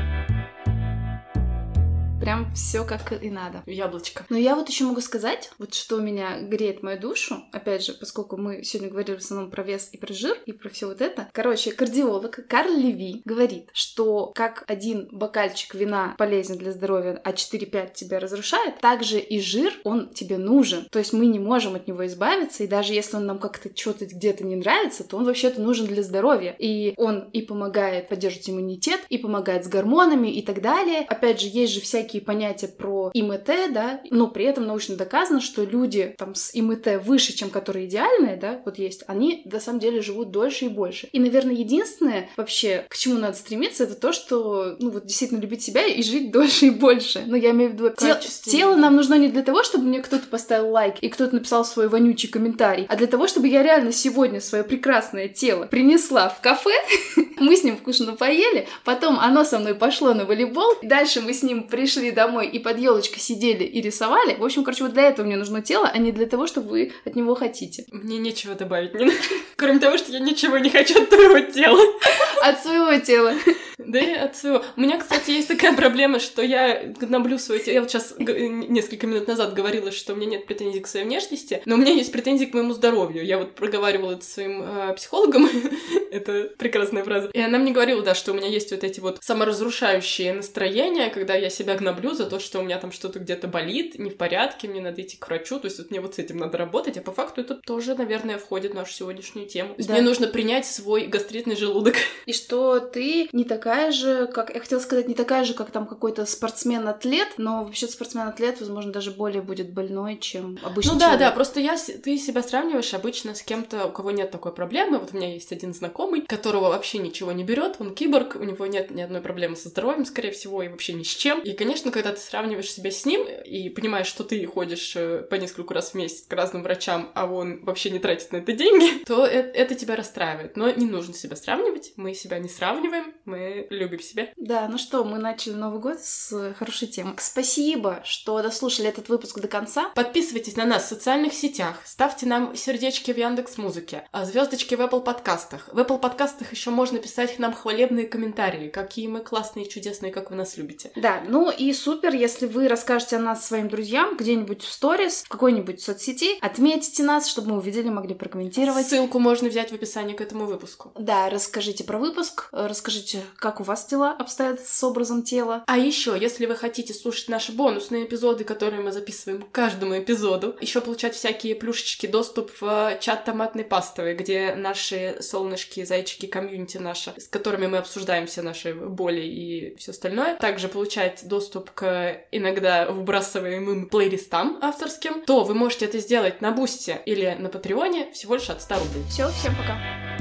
Прям все как и надо. Яблочко. Но я вот еще могу сказать, вот что меня греет мою душу, опять же, поскольку мы сегодня говорили в основном про вес и про жир, и про все вот это. Короче, кардиолог Карл Леви говорит, что как один бокальчик вина полезен для здоровья, а четыре-пять тебя разрушает, так же и жир, он тебе нужен. То есть мы не можем от него избавиться, и даже если он нам как-то что-то где-то не нравится, то он вообще-то нужен для здоровья. И он и помогает поддерживать иммунитет, и помогает с гормонами и так далее. Опять же, есть же всякие понятия про ИМТ, да, но при этом научно доказано, что люди там с ИМТ выше, чем которые идеальные, да, вот есть, они на самом деле живут дольше и больше. И, наверное, единственное вообще, к чему надо стремиться, это то, что, ну вот, действительно любить себя и жить дольше и больше. Но я имею в виду, тел- тело нам нужно не для того, чтобы мне кто-то поставил лайк и кто-то написал свой вонючий комментарий, а для того, чтобы я реально сегодня свое прекрасное тело принесла в кафе, мы с ним вкусно поели, потом оно со мной пошло на волейбол, дальше мы с ним пришли домой и под елочкой сидели и рисовали. В общем, короче, вот для этого мне нужно тело, а не для того, что вы от него хотите. Мне нечего добавить, Нина. Кроме того, что я ничего не хочу от твоего тела. От своего тела. Да и от своего. У меня, кстати, есть такая проблема, что я гноблю свое тело. Я вот сейчас несколько минут назад говорила, что у меня нет претензий к своей внешности, но у меня есть претензии к моему здоровью. Я вот проговаривала это своим э, психологом. Это прекрасная фраза. И она мне говорила, да, что у меня есть вот эти вот саморазрушающие настроения, когда я себя гноблю за то, что у меня там что-то где-то болит, не в порядке, мне надо идти к врачу, то есть вот мне вот с этим надо работать, а по факту это тоже, наверное, входит в нашу сегодняшнюю тему. То есть да. Мне нужно принять свой гастритный желудок. И что ты не такая же, как... Я хотела сказать, не такая же, как там какой-то спортсмен-атлет, но вообще спортсмен-атлет, возможно, даже более будет больной, чем обычный Ну человек. да, да, просто я, ты себя сравниваешь обычно с кем-то, у кого нет такой проблемы. Вот у меня есть один знакомый, которого вообще ничего не берет, он киборг, у него нет ни одной проблемы со здоровьем, скорее всего, и вообще ни с чем. И, конечно, когда ты сравниваешь себя с ним и понимаешь, что ты ходишь по несколько раз в месяц к разным врачам, а он вообще не тратит на это деньги, то это, это тебя расстраивает. Но не нужно себя сравнивать, мы себя не сравниваем, мы любим себя. Да, ну что, мы начали Новый год с хорошей темы. Спасибо, что дослушали этот выпуск до конца. Подписывайтесь на нас в социальных сетях, ставьте нам сердечки в Яндекс.Музыке, звездочки в Apple подкастах. В Apple подкастах еще можно писать нам хвалебные комментарии, какие мы классные и чудесные, как вы нас любите. Да, ну и супер, если вы расскажете о нас своим друзьям где-нибудь в сторис, в какой-нибудь соцсети, отметите нас, чтобы мы увидели, могли прокомментировать. Ссылку можно взять в описании к этому выпуску. Да, расскажите про выпуск, расскажите, как у вас дела обстоят с образом тела. А еще, если вы хотите слушать наши бонусные эпизоды, которые мы записываем к каждому эпизоду, еще получать всякие плюшечки, доступ в чат томатной пастовой, где наши солнышки, зайчики, комьюнити наши, с которыми мы обсуждаем все наши боли и все остальное, также получать доступ к иногда выбрасываемым плейлистам авторским, то вы можете это сделать на Бусти или на Патреоне всего лишь от ста рублей. Все, всем пока!